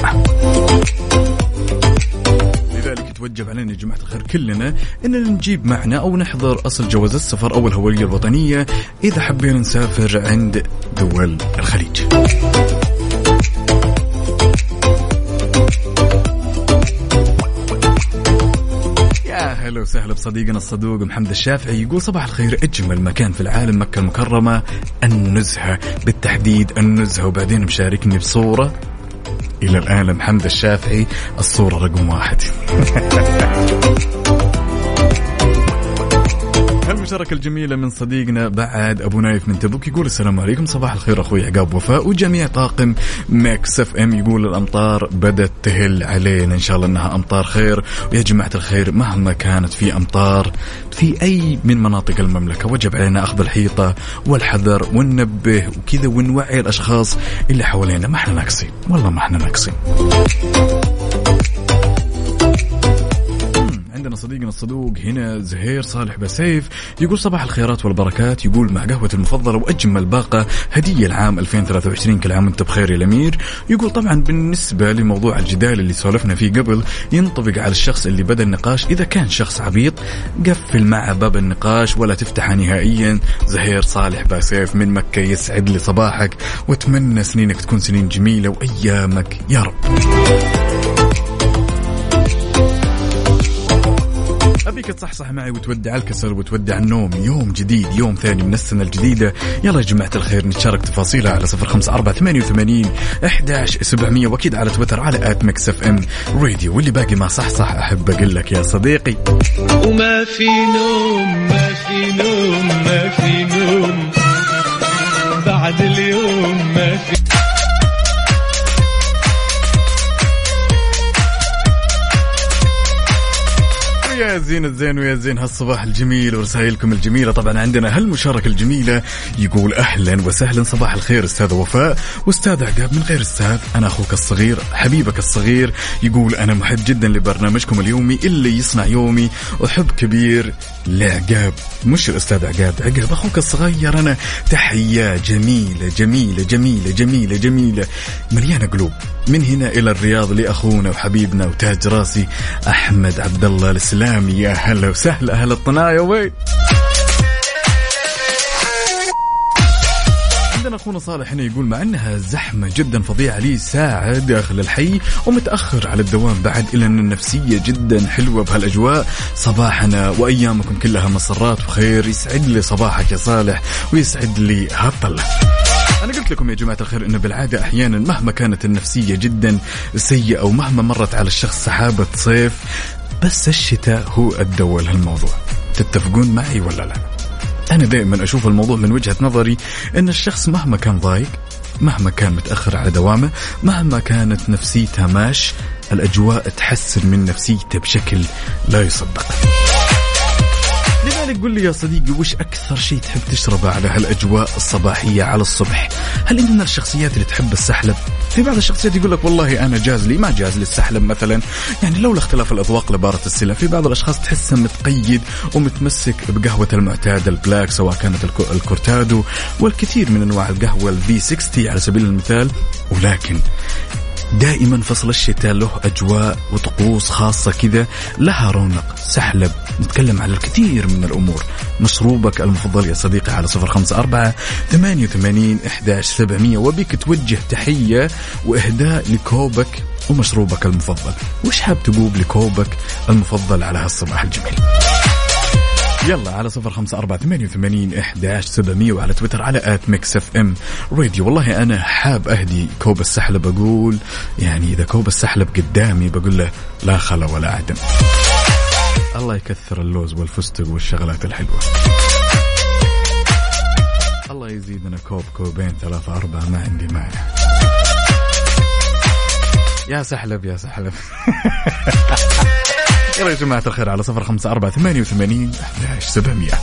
لذلك يتوجب علينا يا جماعة الخير كلنا إننا نجيب معنا أو نحضر أصل جواز السفر أو الهوية الوطنية إذا حبينا نسافر عند دول الخليج. هلا وسهلا بصديقنا الصدوق محمد الشافعي، يقول صباح الخير، أجمل مكان في العالم مكة المكرمة، النزهة، بالتحديد النزهة. وبعدين مشاركني بصورة إلى الآن محمد الشافعي الصورة رقم 1. المشاركة الجميلة من صديقنا بعد أبو نايف من تبوك، يقول السلام عليكم، صباح الخير أخوي عقاب وفاء وجميع طاقم ميكس اف ام. يقول الأمطار بدأت تهل علينا، إن شاء الله أنها أمطار خير. ويا جماعة الخير، مهما كانت في أمطار في أي من مناطق المملكة وجب علينا أخذ الحيطة والحذر وننبه وكذا ونوعي الأشخاص اللي حوالينا. ما احنا ناقصين، والله ما احنا ناقصين. عندنا صديقنا الصدوق هنا زهير صالح بسيف، يقول صباح الخيرات والبركات. يقول مع قهوة المفضلة وأجمل باقة هدية العام 2023، كل عام وانت بخير يا الأمير. يقول طبعا بالنسبة لموضوع الجدال اللي سولفنا فيه قبل، ينطبق على الشخص اللي بدأ النقاش. إذا كان شخص عبيط قفل معه باب النقاش ولا تفتحه نهائيا. زهير صالح بسيف من مكة، يسعد لي صباحك واتمنى سنينك تكون سنين جميلة وأيامك يا رب. أبيك تصحصح معي وتودع الكسل وتودع النوم. يوم جديد، يوم ثاني من السنة الجديدة. يلا يا جماعة الخير نتشارك تفاصيلها على 0548811700 وأكيد على تويتر على @mixfm راديو. واللي باقي ما صحصح أحب أقول لك يا صديقي، وما في نوم ما في نوم ما في نوم بعد اليوم ما في. يا زين الزين ويا زين هالصباح الجميل ورسائلكم الجميلة. طبعا عندنا هالمشاركة الجميلة، يقول أهلا وسهلا صباح الخير أستاذ وفاء وأستاذ عقاب. من غير أستاذ أنا أخوك الصغير حبيبك الصغير. يقول أنا محب جدا لبرنامجكم اليومي اللي يصنع يومي، وحب كبير لعقاب، مش الأستاذ عقاب أخوك الصغير. أنا تحية جميلة جميلة جميلة جميلة جميلة مليانة قلوب من هنا إلى الرياض لأخونا وحبيبنا وتاج راسي أحمد عبد الله الإسلامي. يا هلا وسهلا أهل الطنايا. وين عندنا أخونا صالح هنا يقول مع أنها زحمة جدا فظيعة لي ساعة داخل الحي ومتأخر على الدوام بعد، إلا أن النفسية جدا حلوة بهالأجواء. صباحنا وأيامكم كلها مسرات وخير. يسعد لي صباحك يا صالح ويسعد لي هالطلة. أنا قلت لكم يا جماعة الخير إنه بالعادة أحيانا مهما كانت النفسية جدا سيئة أو مهما مرت على الشخص سحابة صيف، بس الشتاء هو الدول هالموضوع. تتفقون معي ولا لا؟ أنا دائما أشوف الموضوع من وجهة نظري إن الشخص مهما كان ضايق، مهما كان متأخر على دوامه، مهما كانت نفسيته ماش، الأجواء تحسن من نفسيته بشكل لا يصدق. لذلك قل لي يا صديقي، وش أكثر شيء تحب تشربه على هالأجواء الصباحية على الصبح؟ هل أنت من الشخصيات اللي تحب السحلب؟ في بعض الشخصيات يقول لك والله أنا جاز لي، ما جاز لي السحلب مثلا، يعني لولا اختلاف الأذواق لبارة السلة. في بعض الأشخاص تحسه متقيد ومتمسك بقهوة المعتادة البلاك، سواء كانت الكورتادو والكثير من أنواع القهوة V60 على سبيل المثال. ولكن دائما فصل الشتاء له أجواء وطقوس خاصة كذا، لها رونق. سحلب نتكلم على الكثير من الأمور. مشروبك المفضل يا صديقي على 054-88-11-700، وبيك توجه تحية وإهداء لكوبك ومشروبك المفضل. وش حاب تقول لكوبك المفضل على هالصباح الجميل؟ يلا على 054-88-11-700 وعلى تويتر على @mixfmradio. والله أنا حاب أهدي كوب السحلب، أقول يعني إذا كوب السحلب قدامي بقول له لا خلا ولا عدم. الله يكثر اللوز والفستق والشغلات الحلوة. الله يزيدنا كوب كوبين 3-4 ما عندي مانع. يا سحلب يا سحلب. يلا يا جماعة الخير على 054-88-11-700.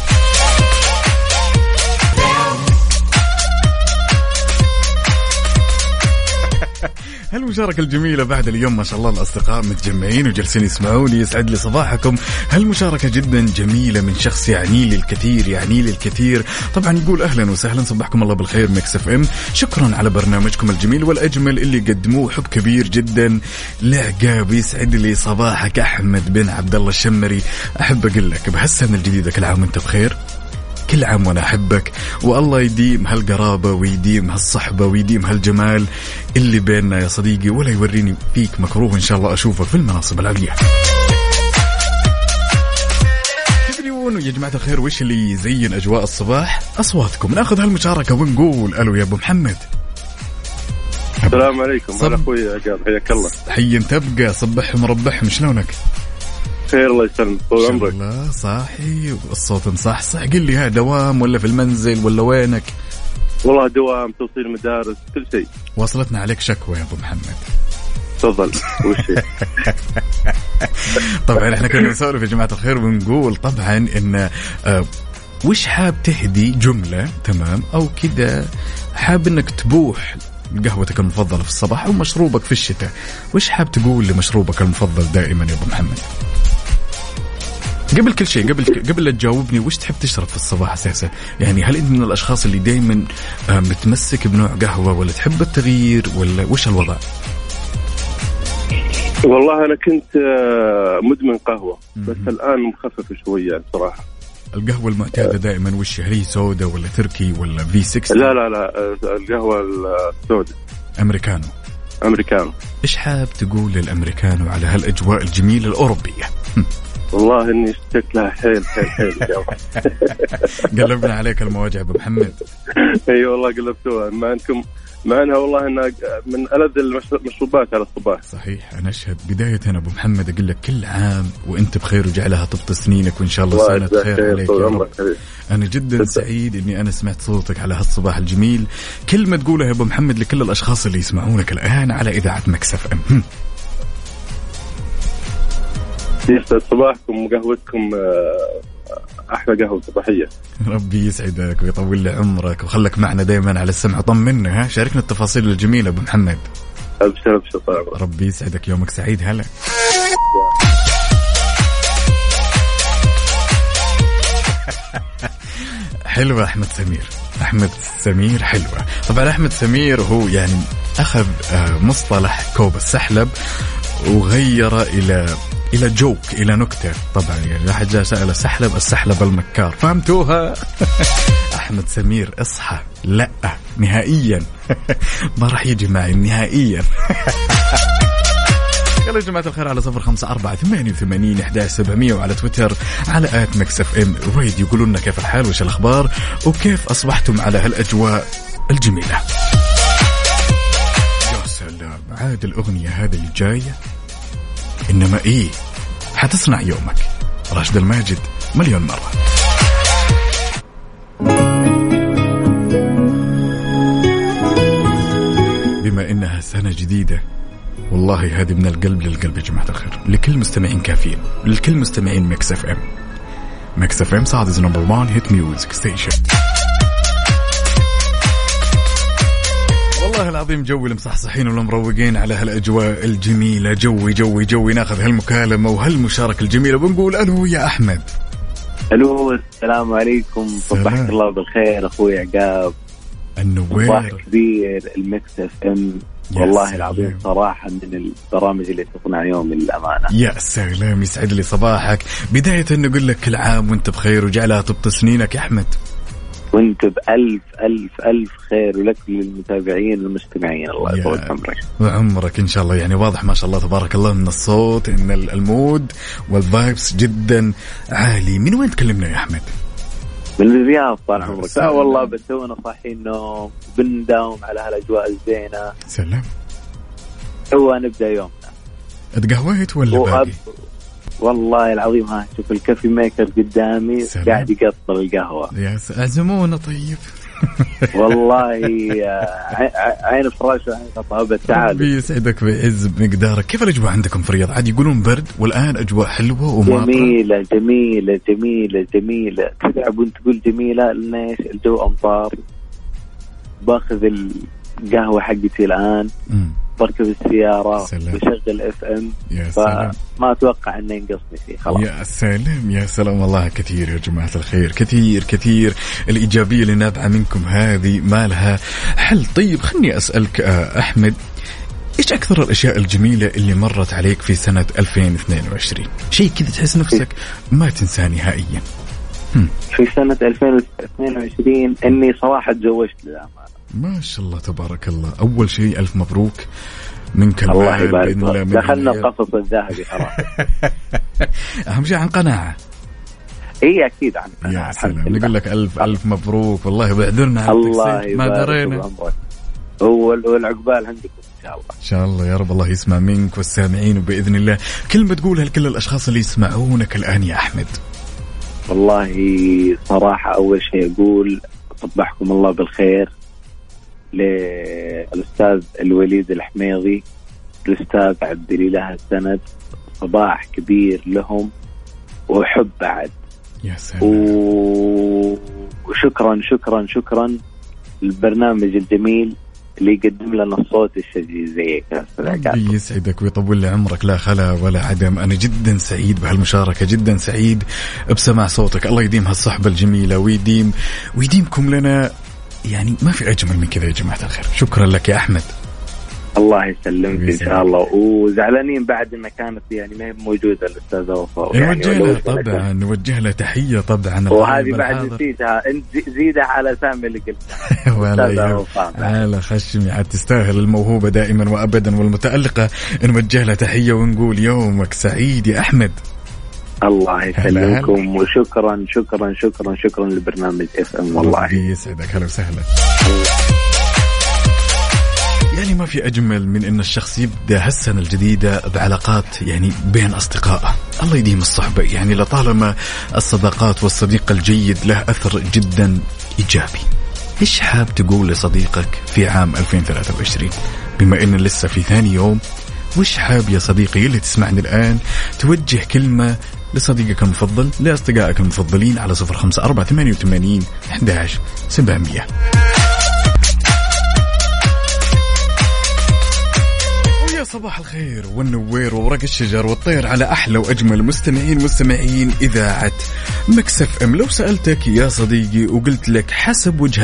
هالمشاركة الجميلة بعد اليوم ما شاء الله الأصدقاء متجمعين وجلسين يسمعوني، يسعد لي صباحكم. هالمشاركة جدا جميلة من شخص يعني لي الكثير، يعني لي الكثير. طبعا نقول أهلا وسهلا، صباحكم الله بالخير ميكس اف ام. شكرا على برنامجكم الجميل والأجمل اللي قدموه، حب كبير جدا لعقاب. يسعد لي صباحك أحمد بن عبد الله الشمري. أحب أقول لك بهالسنة الجديدة كل عام وانت بخير، كل عام وانا احبك، والله يديم هالقرابه ويديم هالصحبه ويديم هالجمال اللي بيننا يا صديقي، ولا يوريني فيك مكروه. ان شاء الله اشوفك في المناصب العليا. تدرون يا جماعه الخير وش اللي يزين اجواء الصباح؟ اصواتكم. ناخذ هالمشاركه ونقول الو يا ابو محمد. السلام عليكم. انا اخوي عقاب، حياك الله. حي تبقى، صبح مربح، شلونك؟ خير الله يسلمك طول عمرك. الله صاحي والصوت مصحصح. قل لي، ها دوام ولا في المنزل ولا وينك؟ والله دوام، توصيل مدارس، كل شيء. وصلتنا عليك شكوى يا ابو محمد. تفضل. وش طبعا احنا كنا نسولف يا جماعه الخير ونقول طبعا ان وش حاب تهدي جمله تمام او كذا، حاب انك تبوح قهوتك المفضله في الصباح او مشروبك في الشتاء، وش حاب تقول لمشروبك المفضل دائما يا ابو محمد؟ قبل كل شيء، قبل لا تجاوبني، وش تحب تشرب في الصباح أساسا؟ يعني هل أنت من الأشخاص اللي دايما متمسك بنوع قهوة، ولا تحب التغيير، ولا وش الوضع؟ والله أنا كنت مدمن قهوة، بس الآن مخفف شوية صراحة. القهوة المعتادة دائما وش هي؟ سودا ولا تركي ولا V60؟ لا القهوة السودا. أمريكانو. إيش حاب تقول للأمريكانو على هالأجواء الجميلة الأوروبية؟ والله إني اشتقت لها حيل. قلبنا عليك المواجع أبو محمد. أي والله قلبتوها مع أنها والله إنها من ألذ المشروبات على الصباح. صحيح، أنا أشهد. بداية أبو محمد أقول لك كل عام وأنت بخير وجعلها طبط سنينك، وإن شاء الله سنة خير عليك يا رب. أنا جدا سعيد إني أنا سمعت صوتك على هالصباح الجميل. كلمة تقولها يا أبو محمد لكل الأشخاص اللي يسمعونك الآن على إذاعة ميكس اف ام. يسعد صباحكم وقهوتكم، أحلى قهوة صباحية. ربي يسعدك ويطول لي عمرك وخلك معنا دايما على السمع. طمنا، شاركنا التفاصيل الجميلة أبو محمد. أبشر طبعا. ربي يسعدك، يومك سعيد. هلا حلوة أحمد سمير حلوة. طبعا أحمد سمير هو يعني أخذ مصطلح كوب السحلب وغير إلى جوك، إلى نكتة. طبعا يعني واحد جاء سأل السحلب المكار، فهمتوها؟ أحمد سمير اصحى، لا نهائيا ما راح يجي معي نهائيا. يلا يا جماعة الخير على 0548811700 وعلى تويتر على @mixfm راديو. يقولوا لنا كيف الحال وش الأخبار وكيف أصبحتم على هالأجواء الجميلة. يا سلام، عاد الأغنية هذه اللي جاية إنما إيه حتصنع يومك. راشد الماجد مليون مرة. بما إنها سنة جديدة، والله هذه من القلب للقلب يا جماعة الخير، لكل مستمعين كافيين، لكل مستمعين ميكس اف ام. ميكس اف ام سعوديز نمبر 1 هيت ميوزك ستيشن. والله العظيم جوي المصحصحين والمروقين على هالأجواء الجميلة. جوي ناخذ هالمكالمة وهالمشاركة الجميلة ونقول ألو يا أحمد. ألو، السلام عليكم، صبحك الله بالخير أخوي عقاب. النوير صباح كبير الميكس اف ام. والله العظيم صراحة من البرامج اللي تقنع يوم الأمانة. يا سلام، يسعد لي صباحك. بداية نقول لك كل عام وانت بخير وجعلها طبط سنينك يا أحمد. وانت بألف ألف ألف خير، ولك للمتابعين والمستمعين الله يطول عمرك وعمرك إن شاء الله. يعني واضح ما شاء الله تبارك الله من الصوت إن المود والفايبس جدا عالي. من وين تكلمنا يا أحمد؟ من الرياض طال عمرك. والله بتونا صاحيين نوم، بنداوم على هالأجواء الزينة. سلام. هو نبدأ يومنا. اتقهويت ولا باقي؟ والله العظيم ها شوف الكافي ميكر قدامي قاعد يقطر القهوة. يا أعزمونا طيب. والله عين فراش وعين قطعة. تعال بيسعدك ويعز بمقدارك. كيف الأجواء عندكم في الرياض؟ عاد يقولون برد والآن أجواء حلوة وماطرة. جميلة جميلة جميلة جميلة. تتعب وانت تقول جميلة لأن الجو أمطار. باخذ القهوة حقتي الآن، بركب السيارة بشغل اف ام، فما اتوقع انه ينقصني فيه خلاص. يا سلام يا سلام، والله كثير يا جماعة الخير، كثير الإيجابية اللي نابعة منكم هذه ما لها حل. طيب خلني أسألك أحمد، إيش أكثر الأشياء الجميلة اللي مرت عليك في سنة 2022؟ شيء كذا تحس نفسك ما تنساه نهائيا. في سنة 2022 إني صراحة تزوجت للأمانة. ما شاء الله تبارك الله. أول شيء ألف مبروك منك. الله يبارك. دخلنا القصص الذهبي خلاص. أهم شيء عن قناعة. إيه أكيد عن قناعة. يا سلام، نقول لك ألف مبروك. والله بعذرنا على التقصير ما درينا. هو العقبال عندكم إن شاء الله. إن شاء الله يا رب. الله يسمع منك والسامعين وبإذن الله. كلمة تقولها لكل الأشخاص اللي يسمعونك الآن يا أحمد. والله صراحة أول شيء أقول صبحكم الله بالخير للأستاذ الوليد الحميضي، الأستاذ عبد الإله السند. صباح كبير لهم وحب بعد. يا سلام. وشكرا شكرا شكرا للبرنامج الجميل اللي يقدم لنا الصوت الشجي زيك. ربي يسعدك ويطول لي عمرك. لا خلا ولا عدم. أنا جدا سعيد بهالمشاركة، جدا سعيد بسماع صوتك. الله يديم هالصحبة الجميلة ويديمكم لنا. يعني ما في أجمل من كذا يا جماعة الخير. شكرا لك يا أحمد. الله يسلمك إن شاء الله. وزعلانين بعد إنها كانت يعني ما هي موجودة الأستاذة وفاء. نوجه لها تحية طبعا. وهذه بعد نسيتها، أنت زيدها على سامي اللي قلتها. ولا على خشمي، عاد تستاهل الموهوبة دائما وأبدا والمتألقة. نوجه لها تحية ونقول يومك سعيد يا أحمد. الله يسلمكم وشكرا شكرا شكرا شكرا لبرنامج اف ام. والله يسعدك. هلا وسهلا. يعني ما في أجمل من إن الشخص يبدأ هالسنة الجديدة بعلاقات يعني بين أصدقائه. الله يديم الصحبة. يعني لطالما الصداقات والصديق الجيد له أثر جدا إيجابي. إيش حاب تقول لصديقك في عام 2023 بما إن لسه في ثاني يوم؟ وإيش حاب يا صديقي اللي تسمعني الآن توجه كلمة لصديقك المفضل، لأصدقائك المفضلين على 0548811700. صباح الخير والنوير وورق الشجر والطير على أحلى وأجمل مستمعين إذاعة ميكس اف ام. لو سألتك يا صديقي وقلت لك حسب وجهة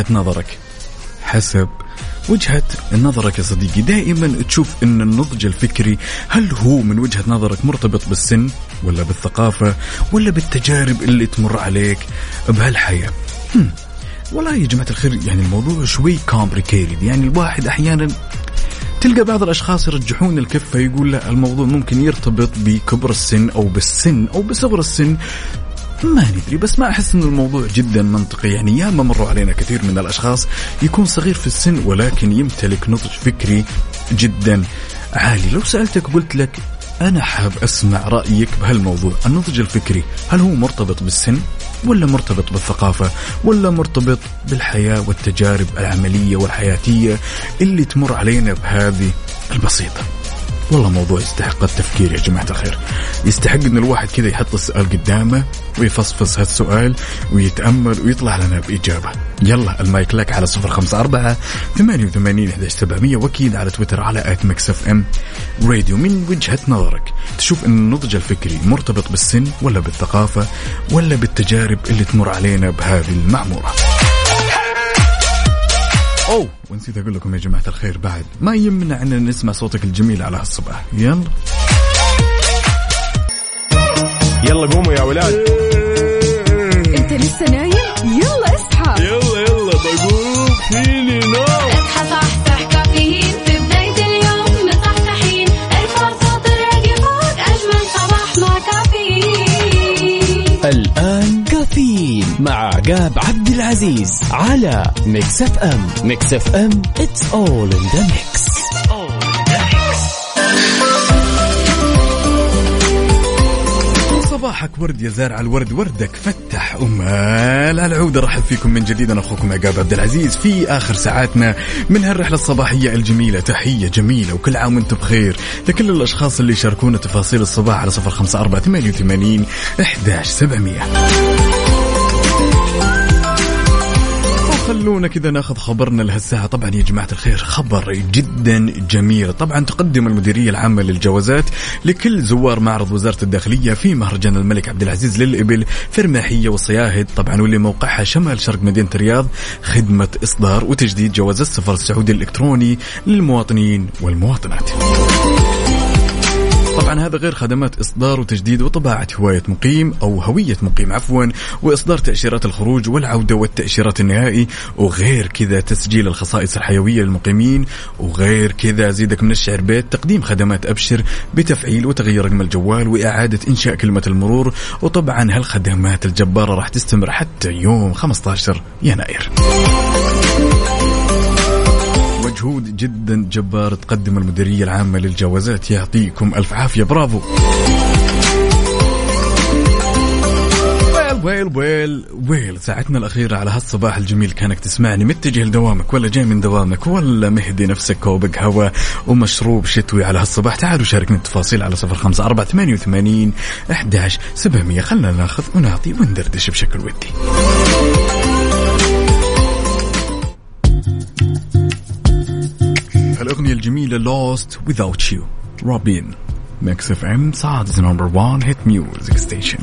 نظرك يا صديقي، دائما تشوف أن النضج الفكري هل هو من وجهة نظرك مرتبط بالسن ولا بالثقافة ولا بالتجارب اللي تمر عليك بهالحياة؟ والله يا جماعة الخير يعني الموضوع شوي كومبليكيتد. يعني الواحد أحيانا تلقى بعض الأشخاص يرجحون الكفة، يقول لا الموضوع ممكن يرتبط بكبر السن أو بالسن أو بصغر السن، ما ندري. بس ما أحس أن الموضوع جدا منطقي. يعني ياما مروا علينا كثير من الأشخاص يكون صغير في السن ولكن يمتلك نضج فكري جدا عالي. لو سألتك قلت لك أنا حاب أسمع رأيك بهالموضوع، النضج الفكري هل هو مرتبط بالسن ولا مرتبط بالثقافة ولا مرتبط بالحياة والتجارب العملية والحياتية اللي تمر علينا بهذه البسيطة؟ والله موضوع يستحق التفكير يا جماعة الخير، يستحق ان الواحد كذا يحط السؤال قدامه ويفصفص هالسؤال ويتأمل ويطلع لنا بإجابة. يلا المايك لك على 054-88-11700 وأكيد على تويتر على @mixfm راديو. من وجهة نظرك تشوف ان النضج الفكري مرتبط بالسن ولا بالثقافة ولا بالتجارب اللي تمر علينا بهذه المعمورة؟ أوه ونسيت أقول لكم يا جماعة الخير بعد ما يمنع أننا نسمع صوتك الجميل على هالصباح. يلا قوموا يا ولاد. انت لسه نايم؟ يلا اصحى. يلا بقوم فيني نوم. اصحى صحصح كافيين في بداية اليوم مصحصحين، ارفع صوت الراديو فوق أجمل صباح مع كافيين. الآن كافيين مع عقاب عبد العزيز على ميكس اف ام. ميكس اف ام it's all in the mix. صباحك ورد يا زارع الورد، وردك فتح أمال العودة. رحب فيكم من جديد، أنا أخوكم عقاب عبد العزيز في آخر ساعاتنا من هالرحلة الصباحية الجميلة. تحية جميلة وكل عام وانتم بخير لكل الأشخاص اللي يشاركونا تفاصيل الصباح على 054-88-11700. خلونا كذا ناخذ خبرنا لهالساعة. طبعا يا جماعة الخير خبر جدا جميل. طبعا تقدم المديرية العامة للجوازات لكل زوار معرض وزارة الداخلية في مهرجان الملك عبد العزيز للإبل في الرماحية والصياهد، طبعا واللي موقعها شمال شرق مدينة الرياض، خدمة إصدار وتجديد جواز السفر السعودي الإلكتروني للمواطنين والمواطنات. طبعا هذا غير خدمات إصدار وتجديد وطباعة هواية مقيم أو هوية مقيم عفوا، وإصدار تأشيرات الخروج والعودة والتأشيرات النهائي، وغير كذا تسجيل الخصائص الحيوية للمقيمين، وغير كذا زيدك من الشعر بيت تقديم خدمات أبشر بتفعيل وتغيير رقم الجوال وإعادة إنشاء كلمة المرور. وطبعا هالخدمات الجبارة راح تستمر حتى يوم 15 يناير. مجهود جدا جبار تقدم المديرية العامة للجوازات، يعطيكم ألف عافية، برافو. ويل ساعتنا الأخيرة على هالصباح الجميل كانك تسمعني متجه لدوامك ولا جاي من دوامك ولا مهدي نفسك كوبك هواء ومشروب شتوي على هالصباح، تعالوا شاركنا التفاصيل على 054-88-11700. خلنا ناخذ ونعطي وندردش بشكل ودي. الأغنية الجميلة Lost Without You روبين. ميكس اف ام Saudi's number one hit music station.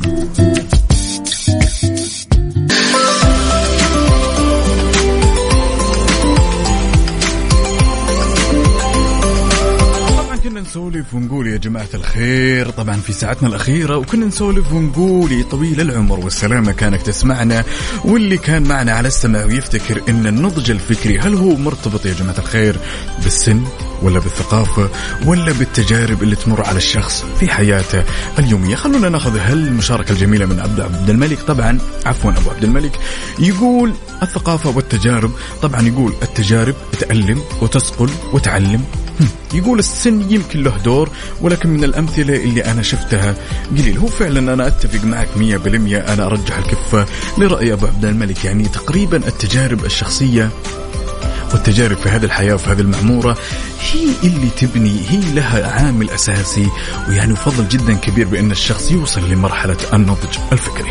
كنا نسولف ونقول يا جماعة الخير طبعا في ساعتنا الأخيرة، وكنا نسولف ونقول طويل العمر والسلامة كانك تسمعنا واللي كان معنا على السماع ويفتكر إن النضج الفكري هل هو مرتبط يا جماعة الخير بالسن ولا بالثقافة ولا بالتجارب اللي تمر على الشخص في حياته اليومية. خلونا ناخذ هالمشاركة الجميلة من عبد الملك، طبعا عفوا أبو عبد الملك، يقول الثقافة والتجارب. طبعا يقول التجارب تألم وتسقل وتعلم. يقول السن يمكن له دور ولكن من الأمثلة اللي أنا شفتها قليل. هو فعلا أنا أتفق معك 100%، أنا أرجح الكفة لرأي أبو عبد الملك. يعني تقريبا التجارب الشخصية والتجارب في هذه الحياة وفي هذه المعمورة هي اللي تبني، هي لها عامل أساسي ويعني فضل جدا كبير بأن الشخص يوصل لمرحلة النضج الفكري.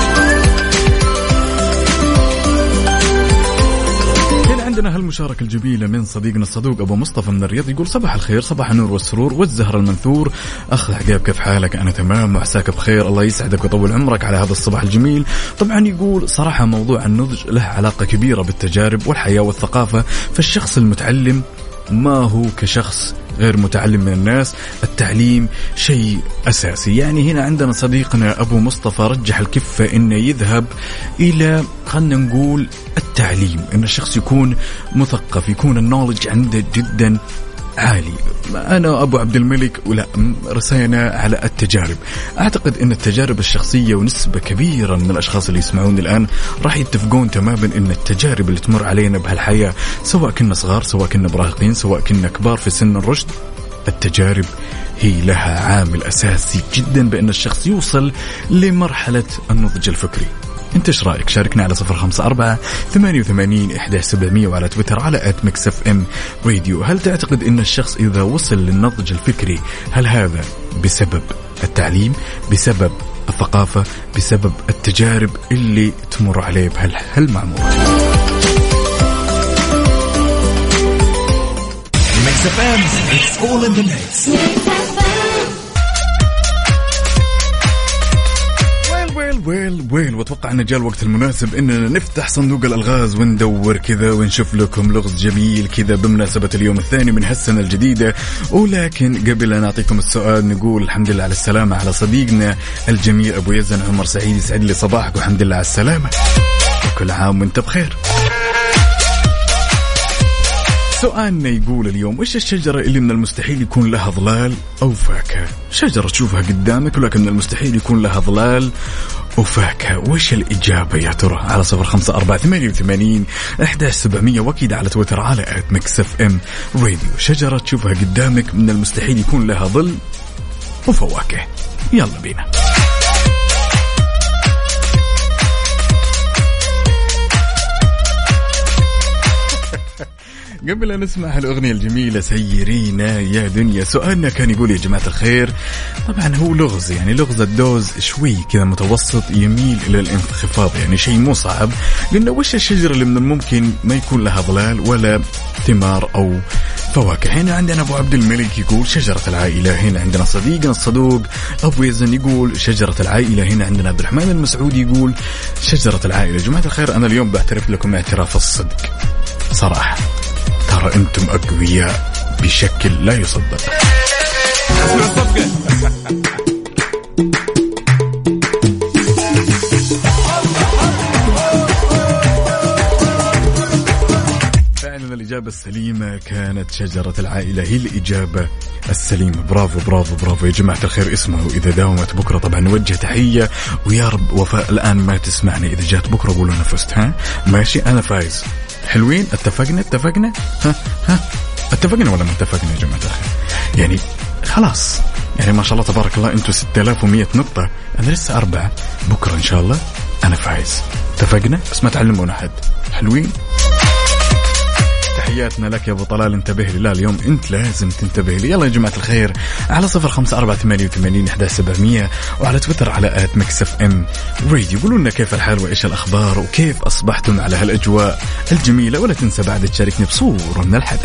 عندنا هالمشاركة الجميلة من صديقنا الصدوق أبو مصطفى من الرياض، يقول صباح الخير، صباح النور والسرور والزهر المنثور. أخ عقاب كيف حالك؟ أنا تمام وعساك بخير، الله يسعدك ويطول عمرك على هذا الصباح الجميل. طبعا يقول صراحة موضوع النضج له علاقة كبيرة بالتجارب والحياة والثقافة، فالشخص المتعلم ما هو كشخص غير متعلم من الناس. التعليم شيء أساسي. يعني هنا عندنا صديقنا أبو مصطفى رجح الكفة إنه يذهب إلى خلنا نقول التعليم، إن الشخص يكون مثقف، يكون النولج عنده جدا عالي. أنا أبو عبد الملك ولا رسينا على التجارب. أعتقد أن التجارب الشخصية ونسبة كبيرة من الأشخاص اللي يسمعون الآن راح يتفقون تماما أن التجارب اللي تمر علينا بهالحياة، سواء كنا صغار سواء كنا براهقين سواء كنا كبار في سن الرشد، التجارب هي لها عامل أساسي جدا بأن الشخص يوصل لمرحلة النضج الفكري. انت ايش رايك؟ شاركنا على 054-88-11700 وعلى تويتر على @mixfmradio. هل تعتقد ان الشخص اذا وصل للنضج الفكري هل هذا بسبب التعليم، بسبب الثقافة، بسبب التجارب اللي تمر عليه بهالمعمور؟ Mix FM, it's all in the mix. ويل واتوقع ان جاء الوقت المناسب اننا نفتح صندوق الالغاز وندور كذا ونشوف لكم لغز جميل كذا بمناسبة اليوم الثاني من هالسنة الجديدة. ولكن قبل ان نعطيكم السؤال نقول الحمد لله على السلامة على صديقنا الجميل ابو يزن عمر سعيد. يسعد لي صباحك والحمد لله على السلامة، كل عام وانت بخير. سؤالنا يقول اليوم وش الشجرة اللي من المستحيل يكون لها ظلال أو فاكهة؟ شجرة تشوفها قدامك ولكن من المستحيل يكون لها ظلال وفاكهة. وش الإجابة يا ترى؟ على 054-88-11700 وأكيد على تويتر على @mixfmradio. شجرة تشوفها قدامك من المستحيل يكون لها ظل وفواكه. يلا بينا. قبل أن نسمع هالأغنية الجميلة سيرينا يا دنيا، سؤالنا كان يقول يا جماعة الخير، طبعا هو لغز يعني لغز الدوز شوي كذا متوسط يميل إلى الانخفاض، يعني شيء مو صعب. قلنا وش الشجرة اللي من الممكن ما يكون لها ظلال ولا ثمار أو فواكه؟ هنا عندنا أبو عبد الملك يقول شجرة العائلة، هنا عندنا صديقنا الصدوق أبو يزن يقول شجرة العائلة، هنا عندنا عبد الرحمن المسعودي يقول شجرة العائلة. جماعة الخير أنا اليوم بعترف لكم اعتراف الصدق صراحة، ترى أنتم أقوياء بشكل لا يصدق. فعلا الإجابة السليمة كانت شجرة العائلة، هي الإجابة السليمة. برافو برافو برافو يا جماعة الخير. اسمعوا إذا داومت بكرة طبعا نوجه تحية، ويا رب وفاء الآن ما تسمعني، إذا جات بكرة قولوا أنا فزت. ها ماشي أنا فايز. حلوين اتفقنا ها اتفقنا ولا ما اتفقنا يا جماعة الخير؟ يعني خلاص يعني ما شاء الله تبارك الله انتوا 6100 نقطة، انا لسه 4. بكرة ان شاء الله انا فايز. اتفقنا؟ بس ما تعلمونا حد. حلوين. تحياتنا لك يا ابو طلال، انتبه لي. لا اليوم انت لازم تنتبه لي. يلا يا جماعة الخير على 054-88-11700 وعلى تويتر على @mixfmradio. قولوا لنا كيف الحال وايش الاخبار وكيف اصبحتم على هالاجواء الجميلة، ولا تنسى بعد تشاركني بصورة من الحدث.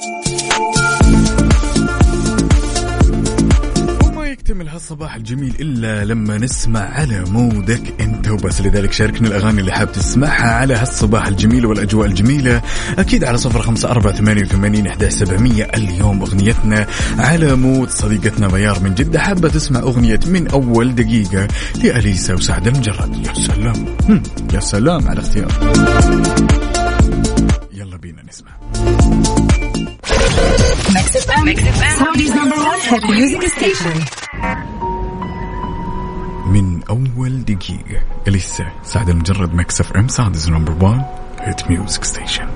يكتمل هالصباح الجميل إلا لما نسمع على مودك أنت وبس. لذلك شاركنا الأغاني اللي حاب تسمعها على هالصباح الجميل والأجواء الجميلة أكيد على 054-88-11700. اليوم أغنيتنا على مود صديقتنا ميار من جدة، حابة تسمع أغنية من أول دقيقة لأليسا وسعد المجرد. يا سلام يا سلام على اختيار. يلا بينا نسمع. Saudi's number one hit music station. من أول دقيقة أليسا سعد المجرد. ميكس اف ام Saudi's number one hit music station.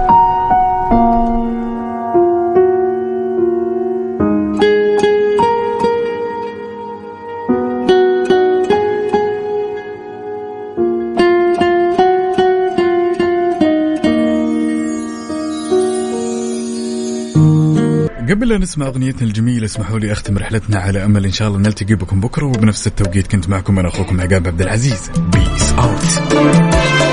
قبل لا نسمع أغنيتنا الجميلة اسمحوا لي أختم رحلتنا على أمل إن شاء الله نلتقي بكم بكرة وبنفس التوقيت. كنت معكم أنا أخوكم عقاب عبد العزيز. بيس أوت.